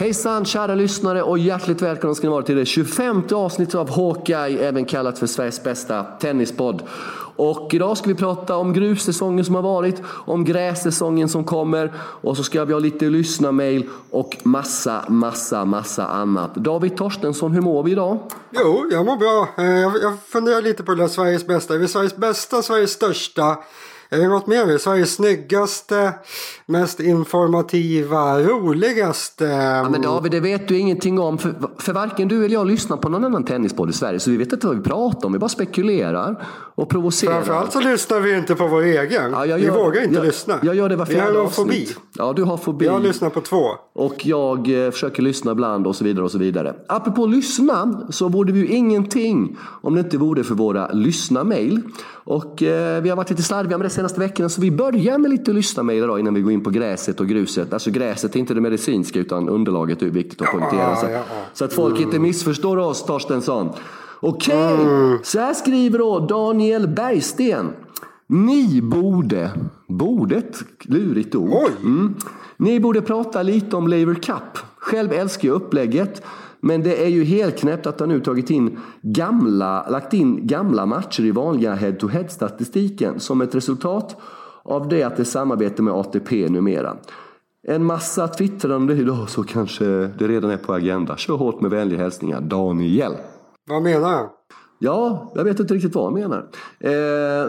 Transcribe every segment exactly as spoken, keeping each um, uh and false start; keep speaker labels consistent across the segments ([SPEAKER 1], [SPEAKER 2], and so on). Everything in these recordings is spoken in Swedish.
[SPEAKER 1] Hejsan kära lyssnare och hjärtligt välkomna ska ni vara till det tjugofemte avsnittet av Hawkeye, även kallat för Sveriges bästa tennispodd. Och idag ska vi prata om grussäsongen som har varit, om grässäsongen som kommer, och så ska vi ha lite lyssna-mail och massa, massa, massa annat. David Torstensson, hur mår vi idag?
[SPEAKER 2] Jo, jag mår bra. Jag, jag funderar lite på det, Sveriges bästa. Är vi Sveriges bästa, Sveriges största? Är det något mer? Sveriges snyggaste, mest informativa, roligaste?
[SPEAKER 1] Ja, men David, det vet du ingenting om. För, för varken du eller jag lyssnar på någon annan tennispodd i Sverige. Så vi vet inte vad vi pratar om. Vi bara spekulerar och provocerar.
[SPEAKER 2] Framförallt så lyssnar vi inte på vår egen. Ja, jag gör, vi vågar inte
[SPEAKER 1] jag,
[SPEAKER 2] lyssna.
[SPEAKER 1] Jag gör det var fjärde avsnitt. Ja, du har fobi.
[SPEAKER 2] Jag lyssnar på två.
[SPEAKER 1] Och jag eh, försöker lyssna ibland och så vidare och så vidare. Apropå lyssna så borde vi ju ingenting om det inte vore för våra lyssna-mail. Och eh, vi har varit lite slarviga med det senaste veckorna, så vi börjar med lite lyssna-mail idag innan vi går in på gräset och gruset. Alltså gräset är inte det medicinska utan underlaget är viktigt att poängtera. Så, ja, ja. så att folk inte missförstår oss, Torstensson. Okej, okay. mm. Så här skriver då Daniel Bergsten. Ni borde, bordet, lurigt ord. Mm. Ni borde prata lite om Laver Cup. Själv älskar jag upplägget. Men det är ju helt knäppt att han nu tagit in gamla, lagt in gamla matcher i vanliga head-to-head-statistiken som ett resultat av det att det samarbetar med A T P numera. En massa twittrande idag, så kanske det redan är på agenda. Kör hårt med vänliga hälsningar, Daniel.
[SPEAKER 2] Vad menar jag?
[SPEAKER 1] Ja, jag vet inte riktigt vad jag menar. Eh...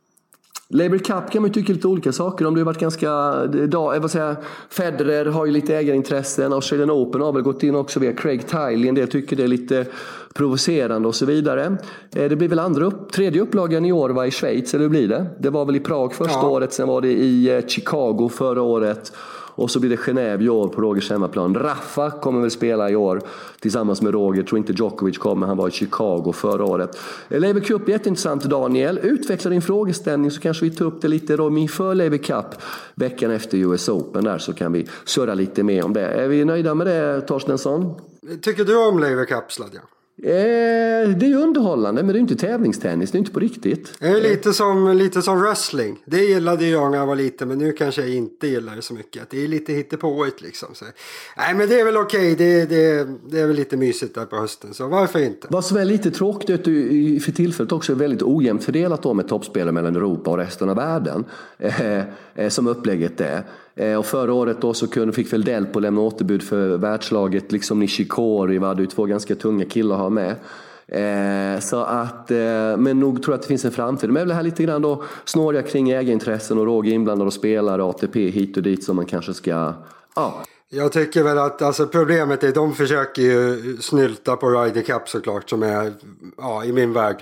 [SPEAKER 1] Laver Cup kan man ju tycka lite olika saker om. Det har varit ganska, jag vill säga, Federer har ju lite ägarintressen. Australian Open har väl gått in också via Craig Tiley. En del tycker det är lite provocerande och så vidare. Det blir väl andra upp, tredje upplagan i år var i Schweiz, eller hur blir det? Det var väl i Prag första ja. året, sen var det i Chicago förra året. Och så blir det Genève i år på Rogers hemmaplan. Rafa kommer väl spela i år tillsammans med Roger. Tror inte Djokovic kommer, han var i Chicago förra året. Laver Cup är jätteintressant, Daniel. Utveckla din frågeställning så kanske vi tar upp det lite då inför Laver Cup veckan efter U S Open där, så kan vi surra lite mer om det. Är vi nöjda med det, Torstensson?
[SPEAKER 2] Tycker du om Laver Cup, Sladja?
[SPEAKER 1] Eh, det är ju underhållande, men det är inte tävlingstennis, det är inte på riktigt.
[SPEAKER 2] Det är lite som, lite som wrestling. Det gillade jag när jag var liten, men nu kanske jag inte gillar det så mycket. Det är lite hittepåigt liksom. Så. Nej, men det är väl okej. Det, det, det är väl lite mysigt där på hösten, så varför inte?
[SPEAKER 1] Vad som är lite tråkigt är att du för tillfället också är väldigt ojämnt fördelat då med toppspelare mellan Europa och resten av världen. Eh, eh, som upplägget är. Och förra året då så kunde, fick väl Delpo lämna återbud för världslaget, liksom Nishikori, var det ju två ganska tunga killar att ha med. Eh, så att, eh, men nog tror jag att det finns en framtid. Men det är väl här lite grann då snåriga kring ägarintressen och Roger inblandade och spelare, A T P hit och dit som man kanske ska... Ja.
[SPEAKER 2] Jag tycker väl att alltså, problemet är att de försöker ju snylta på Ryder Cup såklart, som är ja, i min väg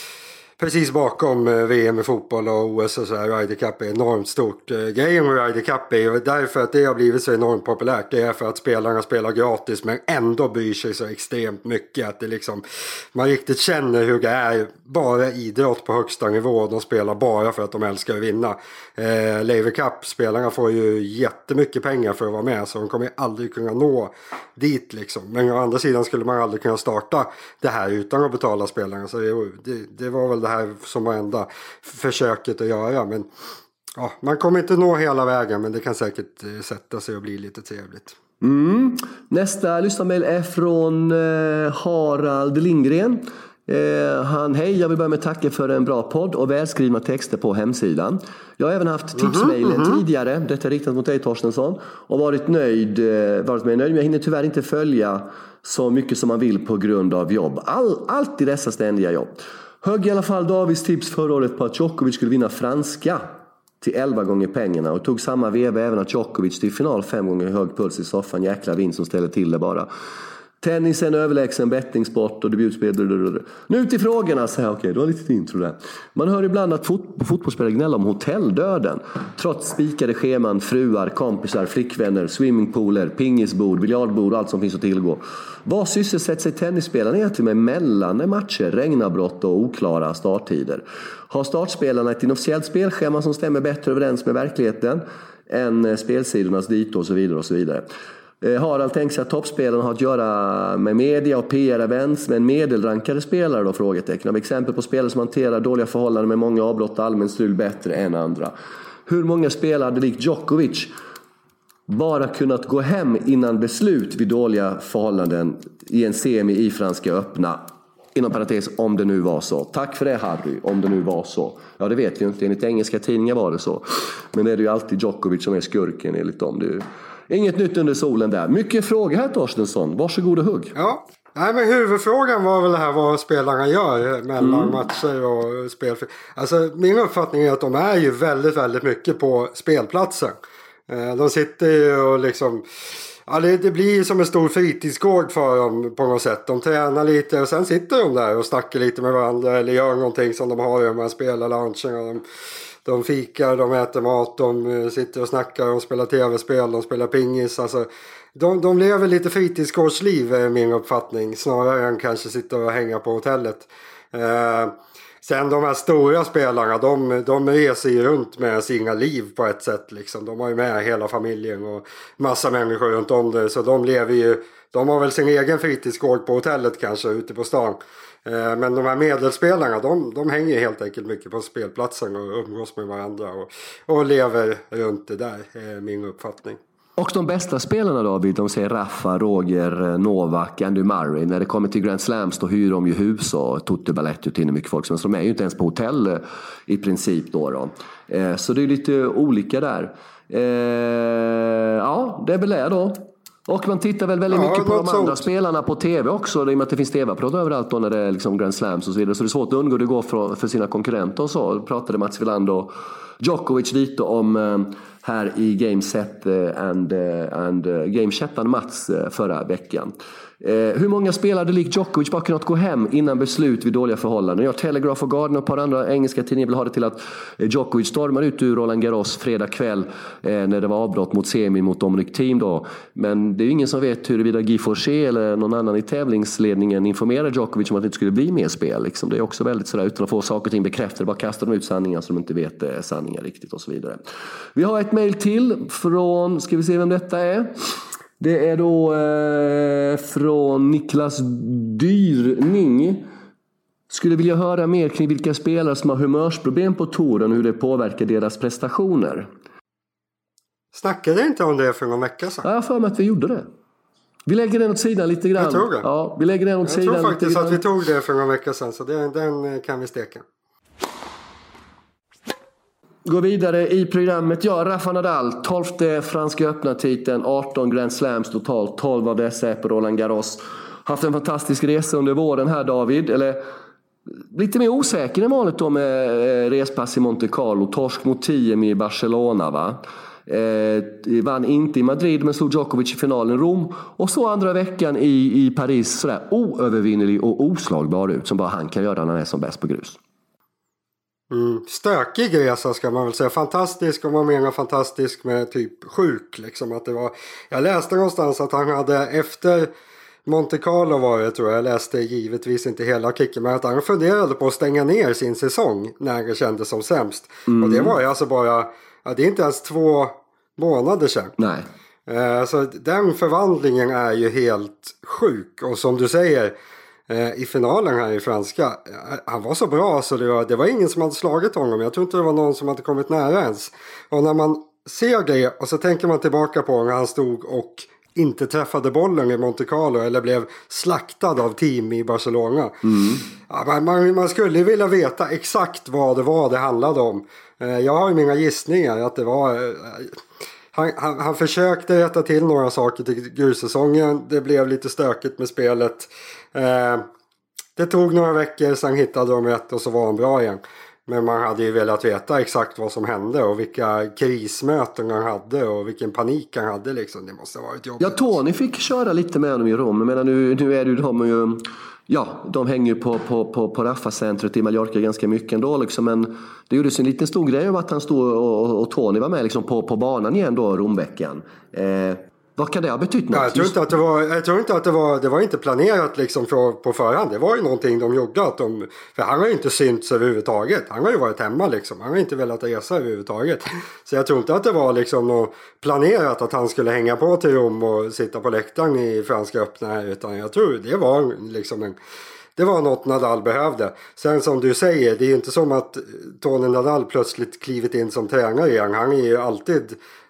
[SPEAKER 2] precis bakom V M i fotboll och O S och så här. Ryder Cup är enormt stort. Grejen med Ryder Cup är ju därför att det har blivit så enormt populärt. Det är för att spelarna spelar gratis men ändå bryr sig så extremt mycket att det liksom, man riktigt känner hur det är bara idrott på högsta nivå. De spelar bara för att de älskar att vinna. Eh, Laver Cup, spelarna får ju jättemycket pengar för att vara med, så de kommer aldrig kunna nå dit liksom. Men å andra sidan skulle man aldrig kunna starta det här utan att betala spelarna, så det, det, det var väl det här som var enda försöket att göra. Men ja, man kommer inte nå hela vägen, men det kan säkert sätta sig och bli lite trevligt.
[SPEAKER 1] Mm. Nästa lyssnarmail är från eh, Harald Lindgren. Eh, han, hej, jag vill börja med att tacka för en bra podd och välskrivna texter på hemsidan. Jag har även haft tipsmailen mm-hmm, mm-hmm. tidigare, detta är riktat mot dig Torstensson, och varit nöjd, eh, varit med nöjd, men jag hinner tyvärr inte följa så mycket som man vill på grund av jobb. All, alltid dessa ständiga jobb. Högg i alla fall Davids tips förra året på att Djokovic skulle vinna franska till elva gånger pengarna, och tog samma veva även att Djokovic till final fem gånger hög puls i soffan. Jäkla vinst som ställer till det bara. Tennis är en överlägsen bettingsport och debutspel. Nu till frågorna. Så här, okej, du har lite intro där. Man hör ibland att fot- fotbollsspelare gnäller om hotelldöden. Trots spikade scheman, fruar, kompisar, flickvänner, swimmingpooler, pingisbord, biljardbord och allt som finns att tillgå. Vad sysselsätter sig tennisspelarna egentligen med mellan matcher, regnavbrott och oklara starttider? Har startspelarna ett inofficiellt spelschema som stämmer bättre överens med verkligheten än spelsidornas dit och så vidare och så vidare? Harald tänker sig att toppspelarna har att göra med media och P R-events, men medelrankade spelare då, frågetecken. Av exempel på spelare som hanterar dåliga förhållanden med många avbrott och allmänt strul bättre än andra. Hur många spelare hade likt Djokovic bara kunnat gå hem innan beslut vid dåliga förhållanden i en semi i Franska öppna. Inom parentes, om det nu var så. Tack för det, Harry, om det nu var så. Ja, det vet vi inte. Enligt engelska tidningar var det så. Men det är ju alltid Djokovic som är skurken enligt dem. Det är ju inget nytt under solen där. Mycket frågor här, Torstensson. Varsågod och hugg.
[SPEAKER 2] Ja, nej, men huvudfrågan var väl det här vad spelarna gör mellan mm. matcher och spel. Alltså, min uppfattning är att de är ju väldigt, väldigt mycket på spelplatsen. De sitter ju och liksom... Ja, det, det blir som en stor fritidsgård för dem på något sätt. De tränar lite och sen sitter de där och snackar lite med varandra eller gör någonting som de har. Man spelar lunchen och de, de fikar, de äter mat, de sitter och snackar, de spelar tv-spel, de spelar pingis. Alltså, de, de lever lite fritidsgårdsliv är min uppfattning, snarare än kanske sitta och hänga på hotellet. Eh, Sen de här stora spelarna, de, de reser ju runt med sina liv på ett sätt. Liksom. De har ju med hela familjen och massa människor runt om det. Så de lever ju, de har väl sin egen fritidsgård på hotellet kanske ute på stan. Eh, men de här medelspelarna, de, de hänger helt enkelt mycket på spelplatsen och umgås med varandra. Och, och lever runt det där, är min uppfattning.
[SPEAKER 1] Och de bästa spelarna då, de säger Rafa, Roger, Novak, Andy Murray. När det kommer till Grand Slams då hyr de ju hus och Tutte Balett ut in mycket folk. Så de är ju inte ens på hotell i princip då. då. Eh, så det är lite olika där. Eh, ja, det är väl det då. Och man tittar väl väldigt ja, mycket på de andra sånt. Spelarna på tv också. I och med att det finns tv-apparat överallt då när det är liksom Grand Slams och så vidare. Så det är svårt att undgå det går för, för sina konkurrenter och så. Då pratade Mats Wilander och Djokovic lite om eh, här i Game Set and, and Game Chattan Mats förra veckan. Eh, hur många spelare likt Djokovic bara kunnat gå hem innan beslut vid dåliga förhållanden? Jag Telegraph och Guardian och ett par andra engelska tidningar vill ha det till att Djokovic stormar ut ur Roland Garros fredag kväll eh, när det var avbrott mot semi mot Dominic Thiem då. Men det är ju ingen som vet huruvida Guy Forché eller någon annan i tävlingsledningen informerade Djokovic om att det inte skulle bli mer spel. Liksom. Det är också väldigt sådär utan att få saker och ting bekräftade. Bara kastar de ut sanningar som de inte vet eh, sanningar riktigt och så vidare. Vi har ett mejl till från, ska vi se vem detta är? Det är då eh, från Niklas Dyrning. Skulle vilja höra mer kring vilka spelare som har humörsproblem på touren och hur det påverkar deras prestationer.
[SPEAKER 2] Snackade inte om det för någon vecka sedan?
[SPEAKER 1] Ja, jag för mig att vi gjorde det. Vi lägger den åt sidan lite grann.
[SPEAKER 2] Jag tror det.
[SPEAKER 1] Ja, vi lägger den åt
[SPEAKER 2] jag
[SPEAKER 1] sidan.
[SPEAKER 2] Jag tror faktiskt att vi tog det för någon vecka sedan, så det, den kan vi steka.
[SPEAKER 1] Gå vidare i programmet. Ja, Rafa Nadal, tolfte franska öppna titeln, arton Grand Slams totalt, tolv av dessa är på Roland Garros. Haft en fantastisk resa under våren här, David. Eller lite mer osäker än vanligt då med respass i Monte Carlo. Torsk mot Thiem i Barcelona, va? Eh, vann inte i Madrid men slog Djokovic i finalen i Rom. Och så andra veckan i, i Paris sådär oövervinnelig och oslagbar ut som bara han kan göra när han är som bäst på grus.
[SPEAKER 2] Mm. Stökig resa ska man väl säga. Fantastisk, om man menar fantastisk med typ sjuk liksom. Att det var, jag läste någonstans att han hade efter Monte Carlo var det, tror jag, jag läste givetvis inte hela kicken, men att han funderade på att stänga ner sin säsong när det kändes som sämst. Mm. Och det var ju alltså bara, ja, det är inte ens två månader sedan.
[SPEAKER 1] Nej.
[SPEAKER 2] Eh, så den förvandlingen är ju helt sjuk. Och som du säger, i finalen här i franska, han var så bra så det var, det var ingen som hade slagit honom. Jag tror inte det var någon som hade kommit nära ens. Och när man ser det och så tänker man tillbaka på när han stod och inte träffade bollen i Monte Carlo eller blev slaktad av Thiem i Barcelona. Mm. Ja, man, man skulle vilja veta exakt vad det var det handlade om. Jag har ju mina gissningar att det var... Han, han, han försökte rätta till några saker till grussäsongen. Det blev lite stökigt med spelet. Eh, det tog några veckor, sen hittade de rätt och så var han bra igen. Men man hade ju velat veta exakt vad som hände och vilka krismöten han hade och vilken panik han hade. Liksom. Det måste ha varit jobbigt.
[SPEAKER 1] Ja, Tony fick köra lite med honom i Rom. Men nu, nu är det ju de ju... Ja, de hänger ju på, på, på, på Rafa-centret i Mallorca ganska mycket ändå. Liksom. Men det gjordes en liten stor grej om att han stod och, och, och Tony var med liksom, på, på banan igen då, Romveckan. Eh, vad kan det ha betytt?
[SPEAKER 2] Ja, jag tror inte att det var, jag tror inte att det var, det var inte planerat liksom för, på förhand. Det var ju någonting de gjorde. Att de, för han har ju inte synts överhuvudtaget. Han har ju varit hemma liksom. Han har inte velat resa överhuvudtaget. Så jag tror inte att det var liksom något planerat att han skulle hänga på till Rom och sitta på läktaren i franska öppna här. Utan jag tror det var liksom en... Det var något Nadal behövde. Sen som du säger, det är ju inte som att Tony Nadal plötsligt klivit in som tränare igen. Han är ju alltid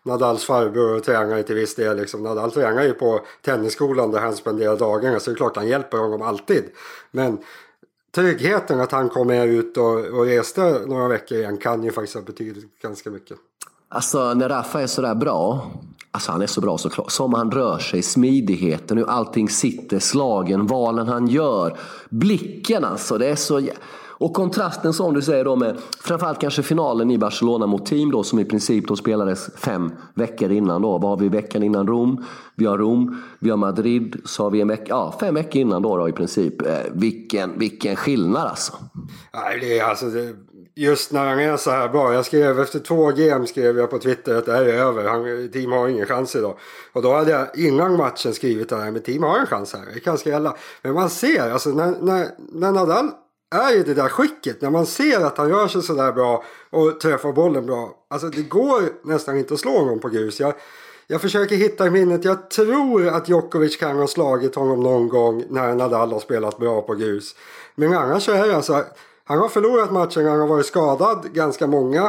[SPEAKER 2] Nadals farbror och tränar till viss del. Liksom. Nadal tränar ju på tennisskolan där han spenderar dagarna, så det är klart han hjälper honom alltid. Men tryggheten att han kommer ut och, och reste några veckor igen kan ju faktiskt ha betydit ganska mycket.
[SPEAKER 1] Alltså när Rafa är sådär bra, alltså han är så bra såklart, som han rör sig, smidigheten, hur allting sitter, slagen, valen han gör, blicken alltså, det är så... Och kontrasten som du säger då med framförallt kanske finalen i Barcelona mot Team då, som i princip då spelades fem veckor innan då. Vad har vi veckan innan Rom? Vi har Rom, vi har Madrid, så har vi en vecka, ja fem veckor innan då, då i princip. Eh, vilken, vilken skillnad alltså.
[SPEAKER 2] Nej, det är alltså det, just när han är så här bra. Jag skrev efter två G M skrev jag på Twitter att det här är över. Han, Team har ingen chans idag. Och då hade jag innan matchen skrivit det här, men Team har en chans här. Det kan skrälla. Men man ser alltså när, när, när Nadal är ju det där skicket, när man ser att han gör sig så där bra och träffar bollen bra. Alltså det går nästan inte att slå honom på grus. Jag, jag försöker hitta i minnet. Jag tror att Djokovic kan ha slagit honom någon gång när Nadal har spelat bra på grus. Men annars så är det alltså, han har förlorat matchen, han har varit skadad ganska många.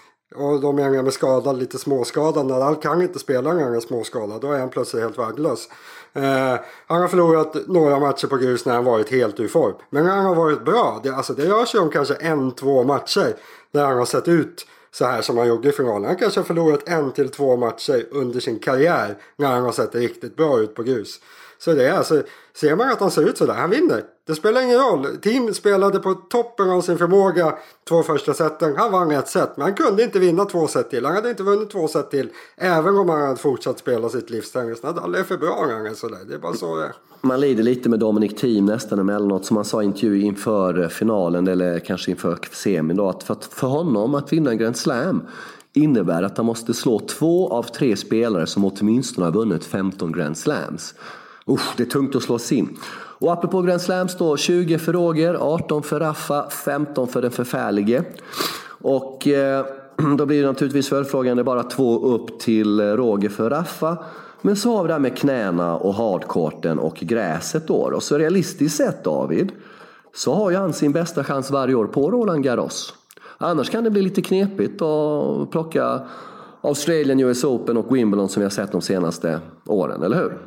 [SPEAKER 2] Och de menar med skadad, lite småskadad. Nadal kan inte spela när han är småskadad. Då är han plötsligt helt värdelös. Eh, han har förlorat några matcher på grus när han varit helt ur form. Men när han har varit bra, det, alltså det rör sig om kanske en, två matcher där han har sett ut så här som han gjorde i finalen. Han kanske har förlorat en till två matcher under sin karriär när han har sett riktigt bra ut på grus. Så det är alltså, ser man att han ser ut så där, han vinner. Det spelar ingen roll. Team spelade på toppen av sin förmåga två första sätten. Han vann ett set, men han kunde inte vinna två set till. Han hade inte vunnit två set till, även om han hade fortsatt spela sitt livstennis. Nadal är för bra när han är så där. Det är bara så det är.
[SPEAKER 1] Man lider lite med Dominic Thiem nästan emellanåt, som han sa i intervju inför finalen eller kanske inför semin då, att för, att för honom att vinna en Grand Slam innebär att han måste slå två av tre spelare som åtminstone har vunnit femton Grand Slams. Usch, det är tungt att slå in. Och apropå Grand Slams då, tjugo för Roger, arton för Rafa, femton för den förfärlige. Och eh, då blir det naturligtvis förfrågan, det är bara två upp till Roger för Rafa. Men så har vi det här med knäna och hardcourten och gräset då. Och så realistiskt sett, David, så har ju han sin bästa chans varje år på Roland Garros. Annars kan det bli lite knepigt att plocka Australian, U S Open och Wimbledon som vi har sett de senaste åren, eller hur?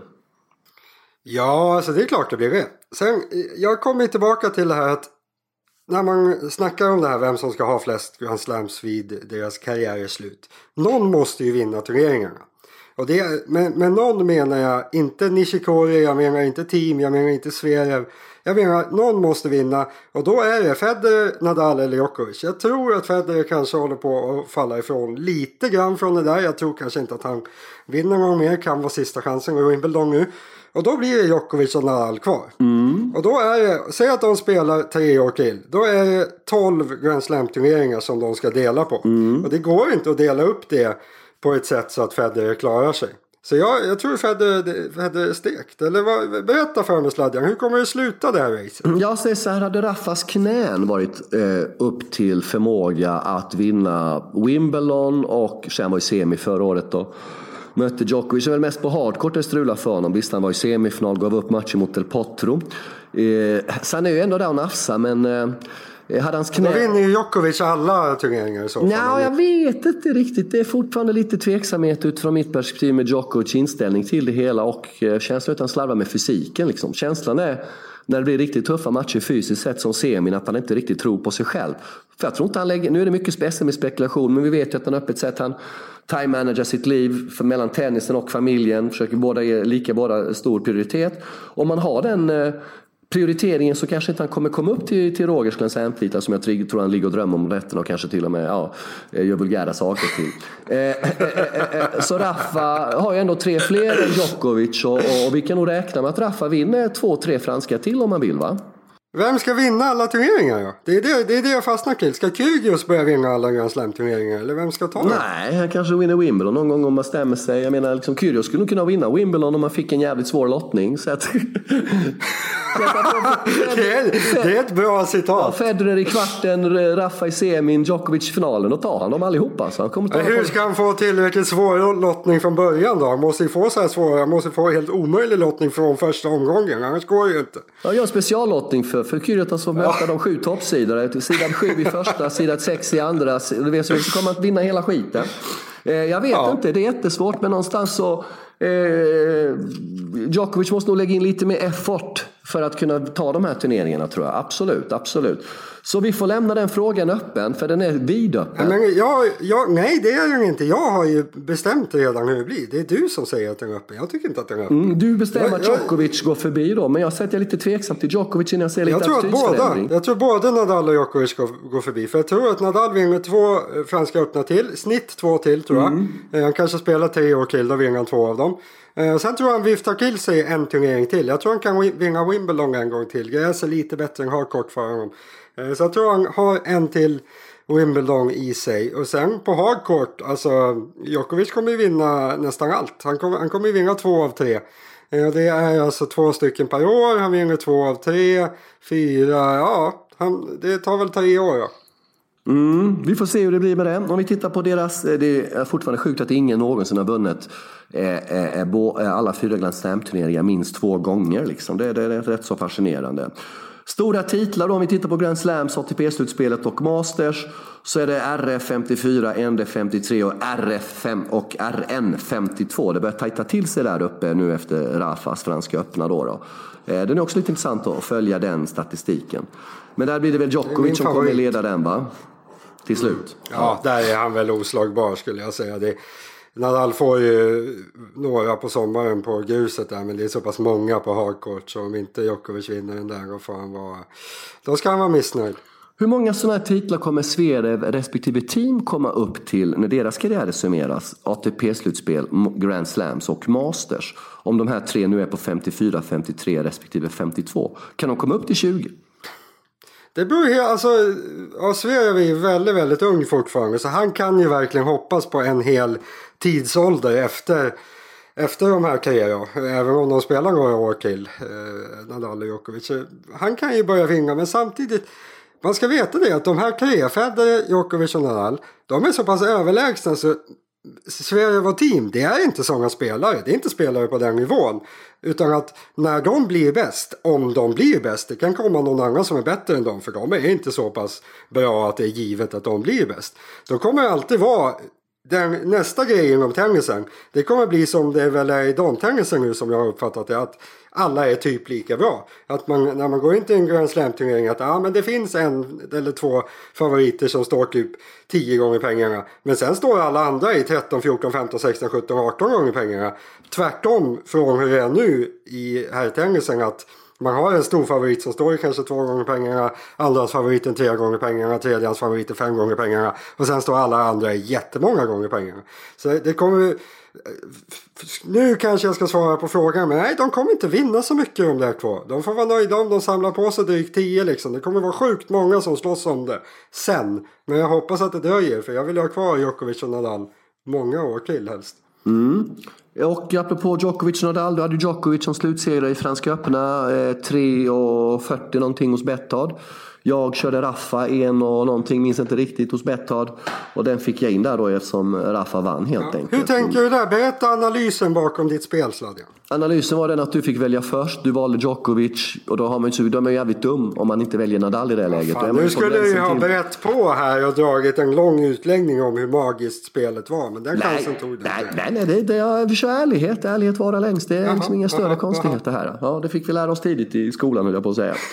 [SPEAKER 2] Ja, alltså det är klart det blir det. Sen, jag kommer tillbaka till det här att när man snackar om det här, vem som ska ha flest Grand Slams vid deras karriär är slut. Någon måste ju vinna turneringarna. Och det, men, men någon menar jag inte Nishikori, jag menar inte Team, jag menar inte Zverev. Jag menar någon måste vinna, och då är det Federer, Nadal eller Djokovic. Jag tror att Federer kanske håller på att falla ifrån lite grann från det där. Jag tror kanske inte att han vinner någon mer, kan vara sista chansen och Wimbledon nu. Och då blir det Djokovic och Nadal kvar. Mm. Och då är det, säg att de spelar tre år till. Då är det tolv Grand Slam-turneringar som de ska dela på. Mm. Och det går inte att dela upp det på ett sätt så att Federer klarar sig. Så jag, jag tror Federer, Federer är stekt. Eller vad, berätta för mig, Sladjan, hur kommer det sluta det här racet?
[SPEAKER 1] Jag säger så här, hade Raffas knän varit eh, upp till förmåga att vinna Wimbledon, och sen var i semi förra året då. Mötte Djokovic, väl mest på hardcourt det strula för honom. Visst, han var i semifinal, gav upp matchen mot Del Potro. Eh, sen är ju ändå där och nafsa, men eh, hade hans knä...
[SPEAKER 2] Då vinner ju Djokovic alla turneringar i så fall.
[SPEAKER 1] Nej, jag vet inte riktigt. Det är fortfarande lite tveksamhet utifrån mitt perspektiv med Djokovic inställning till det hela, och eh, känslan utan slarva med fysiken liksom. Känslan är när det blir riktigt tuffa matcher fysiskt sett som semin, att han inte riktigt tror på sig själv. För jag tror inte han lägger, nu är det mycket spetsigt med spekulation, men vi vet ju att han öppet sett han time manager sitt liv för mellan tennisen och familjen, försöker båda ge lika båda stor prioritet. Om man har den eh, prioriteringen så kanske inte han kommer komma upp till, till Rogers Grand Slam-titlar som jag tror han ligger och drömmer om rätten, och kanske till och med ja, gör vulgära saker till. Eh, eh, eh, så Rafa har ju ändå tre fler än Djokovic, och, och vi kan nog räkna med att Rafa vinner två, tre franska till om man vill, va?
[SPEAKER 2] Vem ska vinna alla turneringar då? Det är det, det är det jag fastnar till. Ska Kyrgios börja vinna alla Grand Slam-turneringar? Eller vem ska ta det?
[SPEAKER 1] Nej, han kanske vinner Wimbledon någon gång om man stämmer sig. Jag menar, liksom, Kyrgios skulle nog kunna vinna Wimbledon om man fick en jävligt svår lottning. Så att...
[SPEAKER 2] det, är, det är ett bra citat.
[SPEAKER 1] Ja, Federer i kvarten, Rafa i semin, Djokovic i finalen, och tar han dem allihopa. Så han kommer ta
[SPEAKER 2] hur
[SPEAKER 1] på...
[SPEAKER 2] ska han få tillräckligt svår lottning från början då? Han måste ju få så här svår, han måste få helt omöjlig lottning från första omgången. Annars går det ju inte.
[SPEAKER 1] Ja, jag har speciallottning för, för Kyrgios som möter ja. de sju toppsidor. Sidan sju i första, sidan sex i andra. Du vet, så kommer han att vinna hela skiten. Eh, jag vet ja. inte, det är jättesvårt, men någonstans så eh, Djokovic måste nog lägga in lite mer effort för att kunna ta de här turneringarna, tror jag. Absolut, absolut. Så vi får lämna den frågan öppen, för den är vidöppen.
[SPEAKER 2] Men jag, jag, nej, det är den inte. Jag har ju bestämt redan hur det blir. Det är du som säger att den är öppen. Jag tycker inte att den är öppen.
[SPEAKER 1] Mm, du bestämmer att Djokovic går förbi då, men jag säger att jag är lite tveksam till Djokovic innan jag ser lite
[SPEAKER 2] jag tror att båda, Jag tror både Nadal och Djokovic går, går förbi. För jag tror att Nadal vinner två franska öppna till. Snitt två till, tror jag. Mm. Han kanske spelar tre år till, då vinner han två av dem. Sen tror jag han viftar till sig en turnering till. Jag tror han kan vinna Wimbledon en gång till. Gräs är lite bättre än hardcourt för honom. Så jag tror han har en till Wimbledon i sig. Och sen på hardcourt, alltså Djokovic kommer ju vinna nästan allt. Han kommer, han kommer ju vinna två av tre. Det är alltså två stycken per år. Han vinner två av tre, fyra, ja. Han, det tar väl tre år då.
[SPEAKER 1] Mm, vi får se hur det blir med det. Om vi tittar på deras, det är fortfarande sjukt att ingen någonsin har vunnit eh, eh, alla fyra Grand Slam-turneringar minst två gånger. Liksom. Det, det är rätt så fascinerande. Stora titlar då, om vi tittar på Grand Slams, A T P-slutspelet och Masters, så är det R F femtiofyra, N D femtiotre och R F fem och R N femtiotvå. Det börjar tajta till sig där uppe nu efter Rafas franska öppna då. då. Den är också lite intressant att följa den statistiken. Men där blir det väl Djokovic som kommer leda den, va? Till slut.
[SPEAKER 2] Mm. Ja, där är han väl oslagbar, skulle jag säga. Det, Nadal får ju några på sommaren på gruset där, men det är så pass många på hardcourt, så om inte Djokovic vinner den där, då, får han vara, då ska han vara missnöjd.
[SPEAKER 1] Hur många sådana här titlar kommer Zverev respektive team komma upp till när deras karriärer summeras? A T P-slutspel, Grand Slams och Masters. Om de här tre nu är på femtiofyra, femtiotre respektive femtiotvå. Kan de komma upp till tjugo?
[SPEAKER 2] Det beror ju, alltså, ja, Zverev är väldigt, väldigt ung fortfarande, så han kan ju verkligen hoppas på en hel tidsålder efter, efter de här karriärerna. Även om de spelar några år till, eh, Nadal och Djokovic. Han kan ju börja vinna, men samtidigt, man ska veta det att de här karriärfäder, Djokovic och Nadal, de är så pass överlägsna så Zverev och team, det är inte sådana spelare. Det är inte spelare på den nivån. Utan att när de blir bäst, om de blir bäst, det kan komma någon annan som är bättre än dem, för de är inte så pass bra att det är givet att de blir bäst. Då kommer det alltid vara den, nästa grej inom tennisen. Det kommer bli som det väl är i damtennisen nu, som jag har uppfattat det, att alla är typ lika bra. Att man, när man går in till en Grand Slam-turnering, att ah, men det finns en eller två favoriter som står typ tio gånger pengarna. Men sen står alla andra i tretton, fjorton, femton, sexton, sjutton, arton gånger pengarna. Tvärtom från hur det är nu i herrtennisen, att man har en stor favorit som står i kanske två gånger pengarna, andras favoriten tre gånger pengarna, tredjans favoriten fem gånger pengarna, och sen står alla andra i jättemånga gånger pengarna. Så det kommer, nu kanske jag ska svara på frågan, men nej, de kommer inte vinna så mycket om det här kvar. De får vara nöjda om de samlar på sig drygt tio liksom. Det kommer vara sjukt många som slåss om det sen, men jag hoppas att det dröjer, för jag vill ha kvar Djokovic och Nadal många år till helst.
[SPEAKER 1] Mm. Och apropå Djokovic och Nadal, du hade Djokovic som slutsegrare i Franska öppna, eh, tre fyrtio någonting hos Betthard. Jag körde Rafa en och någonting, minns inte riktigt, hos Betthard. Och den fick jag in där då eftersom Rafa vann helt ja. enkelt.
[SPEAKER 2] Hur tänker du där? Berätta analysen bakom ditt spel, Sladja.
[SPEAKER 1] Analysen var den att du fick välja först. Du valde Djokovic, och då har man ju, de är jävligt dum om man inte väljer Nadal i det här läget.
[SPEAKER 2] Fan, nu skulle du ju ha berätt på här och dragit en lång utläggning om hur magiskt spelet var. Men den
[SPEAKER 1] nej,
[SPEAKER 2] chansen tog du
[SPEAKER 1] nej,
[SPEAKER 2] inte.
[SPEAKER 1] Nej, nej, det, det är, vi kör ärlighet. Ärlighet vara längst. Det är
[SPEAKER 2] aha,
[SPEAKER 1] liksom inga större
[SPEAKER 2] aha,
[SPEAKER 1] konstigheter här. Ja, det fick vi lära oss tidigt i skolan, höll jag på att säga.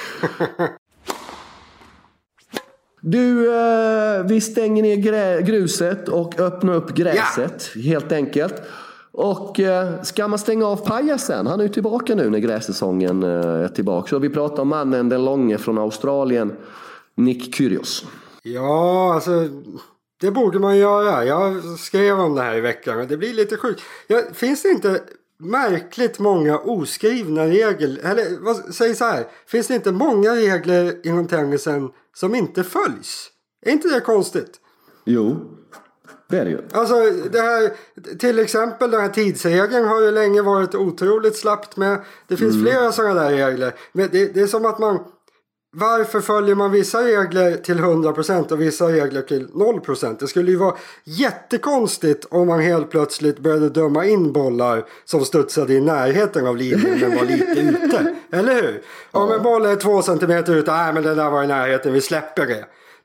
[SPEAKER 1] Du, eh, vi stänger ner grä- gruset och öppnar upp gräset, ja. helt enkelt. Och eh, ska man stänga av pajasen? Han är ju tillbaka nu när grässäsongen eh, är tillbaka. Så vi pratar om mannen, den långe från Australien, Nick Kyrgios.
[SPEAKER 2] Ja, alltså det borde man göra. Jag skrev om det här i veckan och det blir lite sjukt. Ja, finns det inte märkligt många oskrivna regler? Eller vad, säg så här. Finns det inte många regler inom tennisen som inte följs? Är inte det konstigt?
[SPEAKER 1] Jo, det är det ju.
[SPEAKER 2] Alltså det här, till exempel den här tidsregeln har ju länge varit otroligt slappt med. Det finns mm. flera sådana där regler. Men det, det är som att man, varför följer man vissa regler till hundra procent och vissa regler till noll procent? Det skulle ju vara jättekonstigt om man helt plötsligt började döma in bollar som studsade i närheten av linjen men var lite ute. Eller hur? Om en boll är två centimeter ute, nej men den där var i närheten, vi släpper det.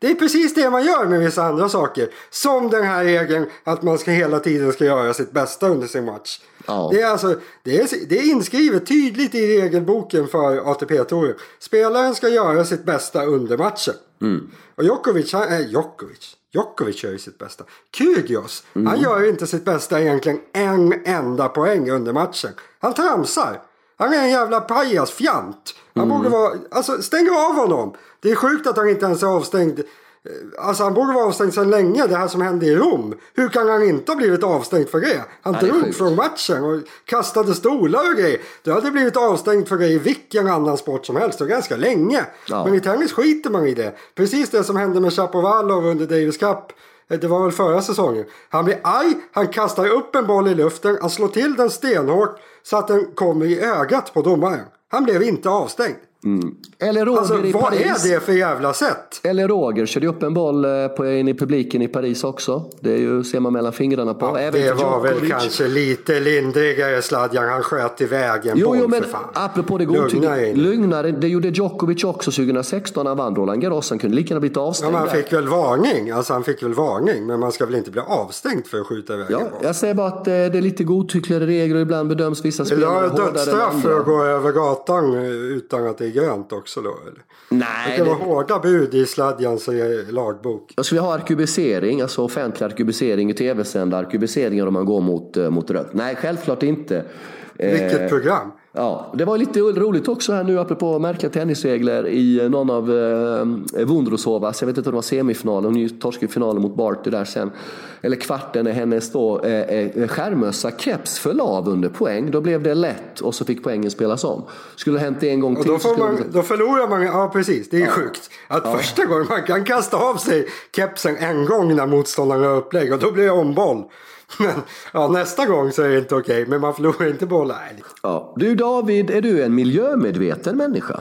[SPEAKER 2] Det är precis det man gör med vissa andra saker. Som den här regeln att man ska hela tiden ska göra sitt bästa under sin match. Ja. Det, är alltså, det, är, det är inskrivet tydligt i regelboken för A T P-touren. Spelaren ska göra sitt bästa under matchen. Mm. Och Djokovic, han, äh, Djokovic, Djokovic gör ju sitt bästa. Kyrgios, mm. han gör inte sitt bästa egentligen en enda poäng under matchen. Han tramsar. Han är en jävla pajas, fjant. Han mm. borde vara, alltså stäng av honom. Det är sjukt att han inte ens är avstängd. Alltså han borde vara avstängd sedan länge. Det här som hände i Rom. Hur kan han inte ha blivit avstängd för det? Han ja, drog från matchen och kastade stolar och grejer. Du hade blivit avstängd för det i vilken annan sport som helst. Och ganska länge. Ja. Men i tennis skiter man i det. Precis det som hände med Shapovalov under Davis Cup. Det var väl förra säsongen. Han blir arg, han kastar upp en boll i luften. Han slår till den stenhårt så att den kommer i ögat på domaren. Han blev inte avstängd.
[SPEAKER 1] Mm. Eller Roger
[SPEAKER 2] alltså,
[SPEAKER 1] i
[SPEAKER 2] vad
[SPEAKER 1] Paris.
[SPEAKER 2] Vad är det för jävla sätt?
[SPEAKER 1] Eller Roger körde upp en boll på, in i publiken i Paris också. Det är ju, ser man mellan fingrarna på.
[SPEAKER 2] Ja,
[SPEAKER 1] Även
[SPEAKER 2] det var Djokovic. Väl kanske lite lindrigare Sladjan. Han sköt i vägen.
[SPEAKER 1] Jo, jo, men apropå det godtycket. Lugnare. Det gjorde Djokovic också tjugohundrasexton när vann Roland Garros. Han kunde lika gärna blivit avstängd.
[SPEAKER 2] Ja, man
[SPEAKER 1] där.
[SPEAKER 2] fick väl varning. Alltså han fick väl varning. Men man ska väl inte bli avstängd för att skjuta i vägen.
[SPEAKER 1] Ja, jag säger bara att det är lite godtyckligare regler. Ibland bedöms vissa spelare hårdare än andra. Det är dödsstraff
[SPEAKER 2] för att gå över gatan utan att det är grönt också då. Eller?
[SPEAKER 1] Nej,
[SPEAKER 2] det kan vara det... hårda bud i Sladjans lagbok.
[SPEAKER 1] Jag skulle ha arkubisering, alltså offentlig arkubisering i tv-sända arkubiseringar om man går mot, mot rött. Nej, självklart inte.
[SPEAKER 2] Vilket eh, program?
[SPEAKER 1] Ja, det var lite roligt också här nu apropå märkliga tennisregler i någon av eh, Vondrosovas, jag vet inte om det var semifinalen, hon torskade finalen mot Barty där sen, eller kvarten när hennes då eh, skärmössa keps föll av under poäng, då blev det lätt och så fick poängen spelas om. Skulle det hänt en gång till
[SPEAKER 2] och då, får man,
[SPEAKER 1] det...
[SPEAKER 2] då förlorar man, ja precis, det är
[SPEAKER 1] ja.
[SPEAKER 2] sjukt att
[SPEAKER 1] ja.
[SPEAKER 2] första gången man kan kasta av sig kepsen en gång när motståndaren har upplägg och då blir det omboll. Men ja, nästa gång så är det inte okej, men man förlorar inte bollar.
[SPEAKER 1] Ja. Du David, är du en miljömedveten människa?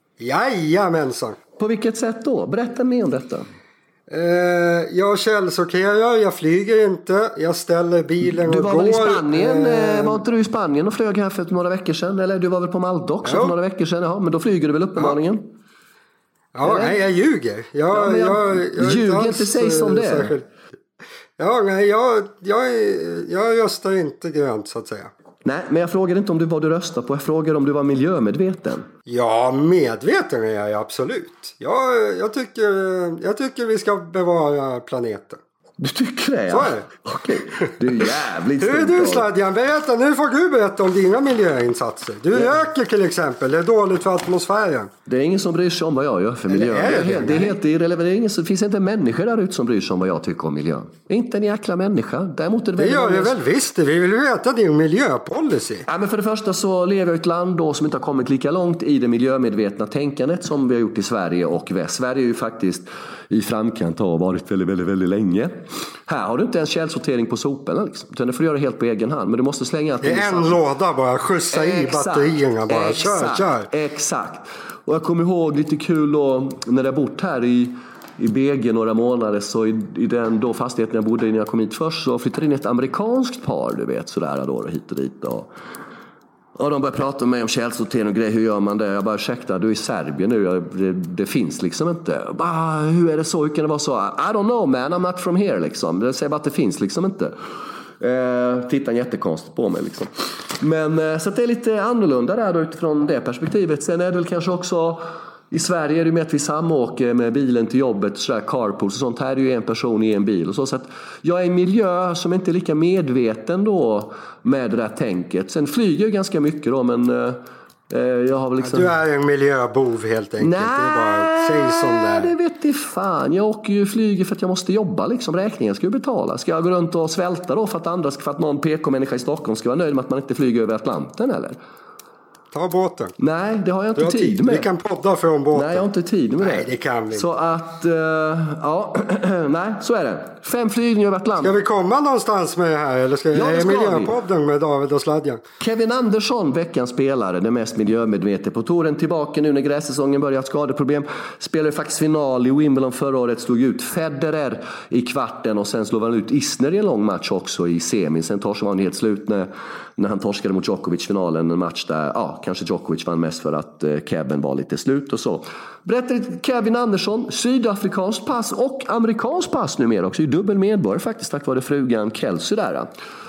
[SPEAKER 2] Jajamensan.
[SPEAKER 1] På vilket sätt då? Berätta mer om detta.
[SPEAKER 2] Eh, jag källsorterar, jag flyger inte, jag ställer bilen och går.
[SPEAKER 1] Du var
[SPEAKER 2] går,
[SPEAKER 1] väl i Spanien,
[SPEAKER 2] eh...
[SPEAKER 1] var inte du i Spanien och flög här för några veckor sedan? Eller du var väl på Malta också jo. för några veckor sedan? Ja, men då flyger du väl uppenbarligen?
[SPEAKER 2] Ja, ja nej, jag ljuger. Jag,
[SPEAKER 1] ja, men jag, jag, jag ljuger inte, inte säg som det är.
[SPEAKER 2] Ja, nej, jag, jag, jag röstar inte grönt så att säga.
[SPEAKER 1] Nej, men jag frågar inte om du vad du röstar på. Jag frågar om du var miljömedveten.
[SPEAKER 2] Ja, medveten är jag absolut. Jag, jag, tycker, jag tycker vi ska bevara planeten.
[SPEAKER 1] Du tycker det? Ja.
[SPEAKER 2] Så är det.
[SPEAKER 1] Okej, du är jävligt
[SPEAKER 2] Hur är du Sladjan? Berätta, nu får du berätta om dina miljöinsatser. Du ja. röker till exempel, det är dåligt för atmosfären.
[SPEAKER 1] Det är ingen som bryr sig om vad jag gör för miljön. Det är, det är helt, det är helt irrelevant. Det, är ingen, det finns inte människor där ute som bryr sig om vad jag tycker om miljön. Inte en jäkla människa. Däremot är det,
[SPEAKER 2] det gör det väl visst. Vi vill veta din miljöpolicy.
[SPEAKER 1] Ja, men för det första så lever jag i ett land då som inte har kommit lika långt i det miljömedvetna tänkandet som vi har gjort i Sverige och väst. Sverige är ju faktiskt i framkant och har varit väldigt, väldigt, väldigt länge. Här har du inte ens källsortering på soporna liksom. Utan du får göra det helt på egen hand. Men du måste slänga
[SPEAKER 2] det är en låda bara, skjutsa i batterierna bara.
[SPEAKER 1] Exakt,
[SPEAKER 2] kör, kör.
[SPEAKER 1] Exakt. Och jag kommer ihåg lite kul då, när jag bott här i, i B G några månader. Så i, i den då fastigheten jag bodde i när jag kom hit först så flyttade in ett amerikanskt par, du vet, sådär då, hit och dit då. Och de började prata med mig om källsortering och grejer. Hur gör man det? Jag bara, ursäkta, du är i Serbien nu. Det, det finns liksom inte. Bara, hur är det så? Hur kan det vara så? I don't know man, I'm not from here liksom. Det säger bara att det finns liksom inte. Eh, tittar jättekonstigt på mig liksom. Men eh, så att det är lite annorlunda där då, utifrån det perspektivet. Sen är det väl kanske också... I Sverige är det med att vi samåker med bilen till jobbet, sådär carpools och sånt. Här är ju en person i en bil och så. Så att jag är en miljö som inte är lika medveten då med det där tänket. Sen flyger jag ganska mycket då, men eh, jag har väl liksom...
[SPEAKER 2] Du är en miljöbov helt enkelt.
[SPEAKER 1] Nej,
[SPEAKER 2] det är bara säg som det är.
[SPEAKER 1] Det vet jag fan. Jag åker ju flyger för att jag måste jobba liksom. Räkningen ska ju betala. Ska jag gå runt och svälta då för att andra, för att någon P K-människa i Stockholm ska vara nöjd med att man inte flyger över Atlanten eller?
[SPEAKER 2] Ta båten.
[SPEAKER 1] Nej, det har jag inte har tid, tid med.
[SPEAKER 2] Vi kan podda från båten.
[SPEAKER 1] Nej, jag har inte tid med det.
[SPEAKER 2] Nej, det kan vi.
[SPEAKER 1] Så att, uh, ja, nej, så är det. Fem flygningar över Atlanten.
[SPEAKER 2] Ska vi komma någonstans med det här? Eller ska
[SPEAKER 1] ja,
[SPEAKER 2] vi miljöpodden med David och Sladjan?
[SPEAKER 1] Kevin Andersson, veckans spelare, den mest miljömedvetna på touren, tillbaka nu när grässäsongen börjat, skadeproblem. Spelade faktiskt final i Wimbledon förra året, slog ut Federer i kvarten och sen slog han ut Isner i en lång match också i semin. Sen tar sig han helt slut när när han torskade mot Djokovic finalen, en match där ja, kanske Djokovic vann mest för att eh, Kevin var lite slut och så. Berättade Kevin Andersson, sydafrikansk pass och amerikansk pass numera också, i dubbel medborgare faktiskt tack vare frugan Kelsey där.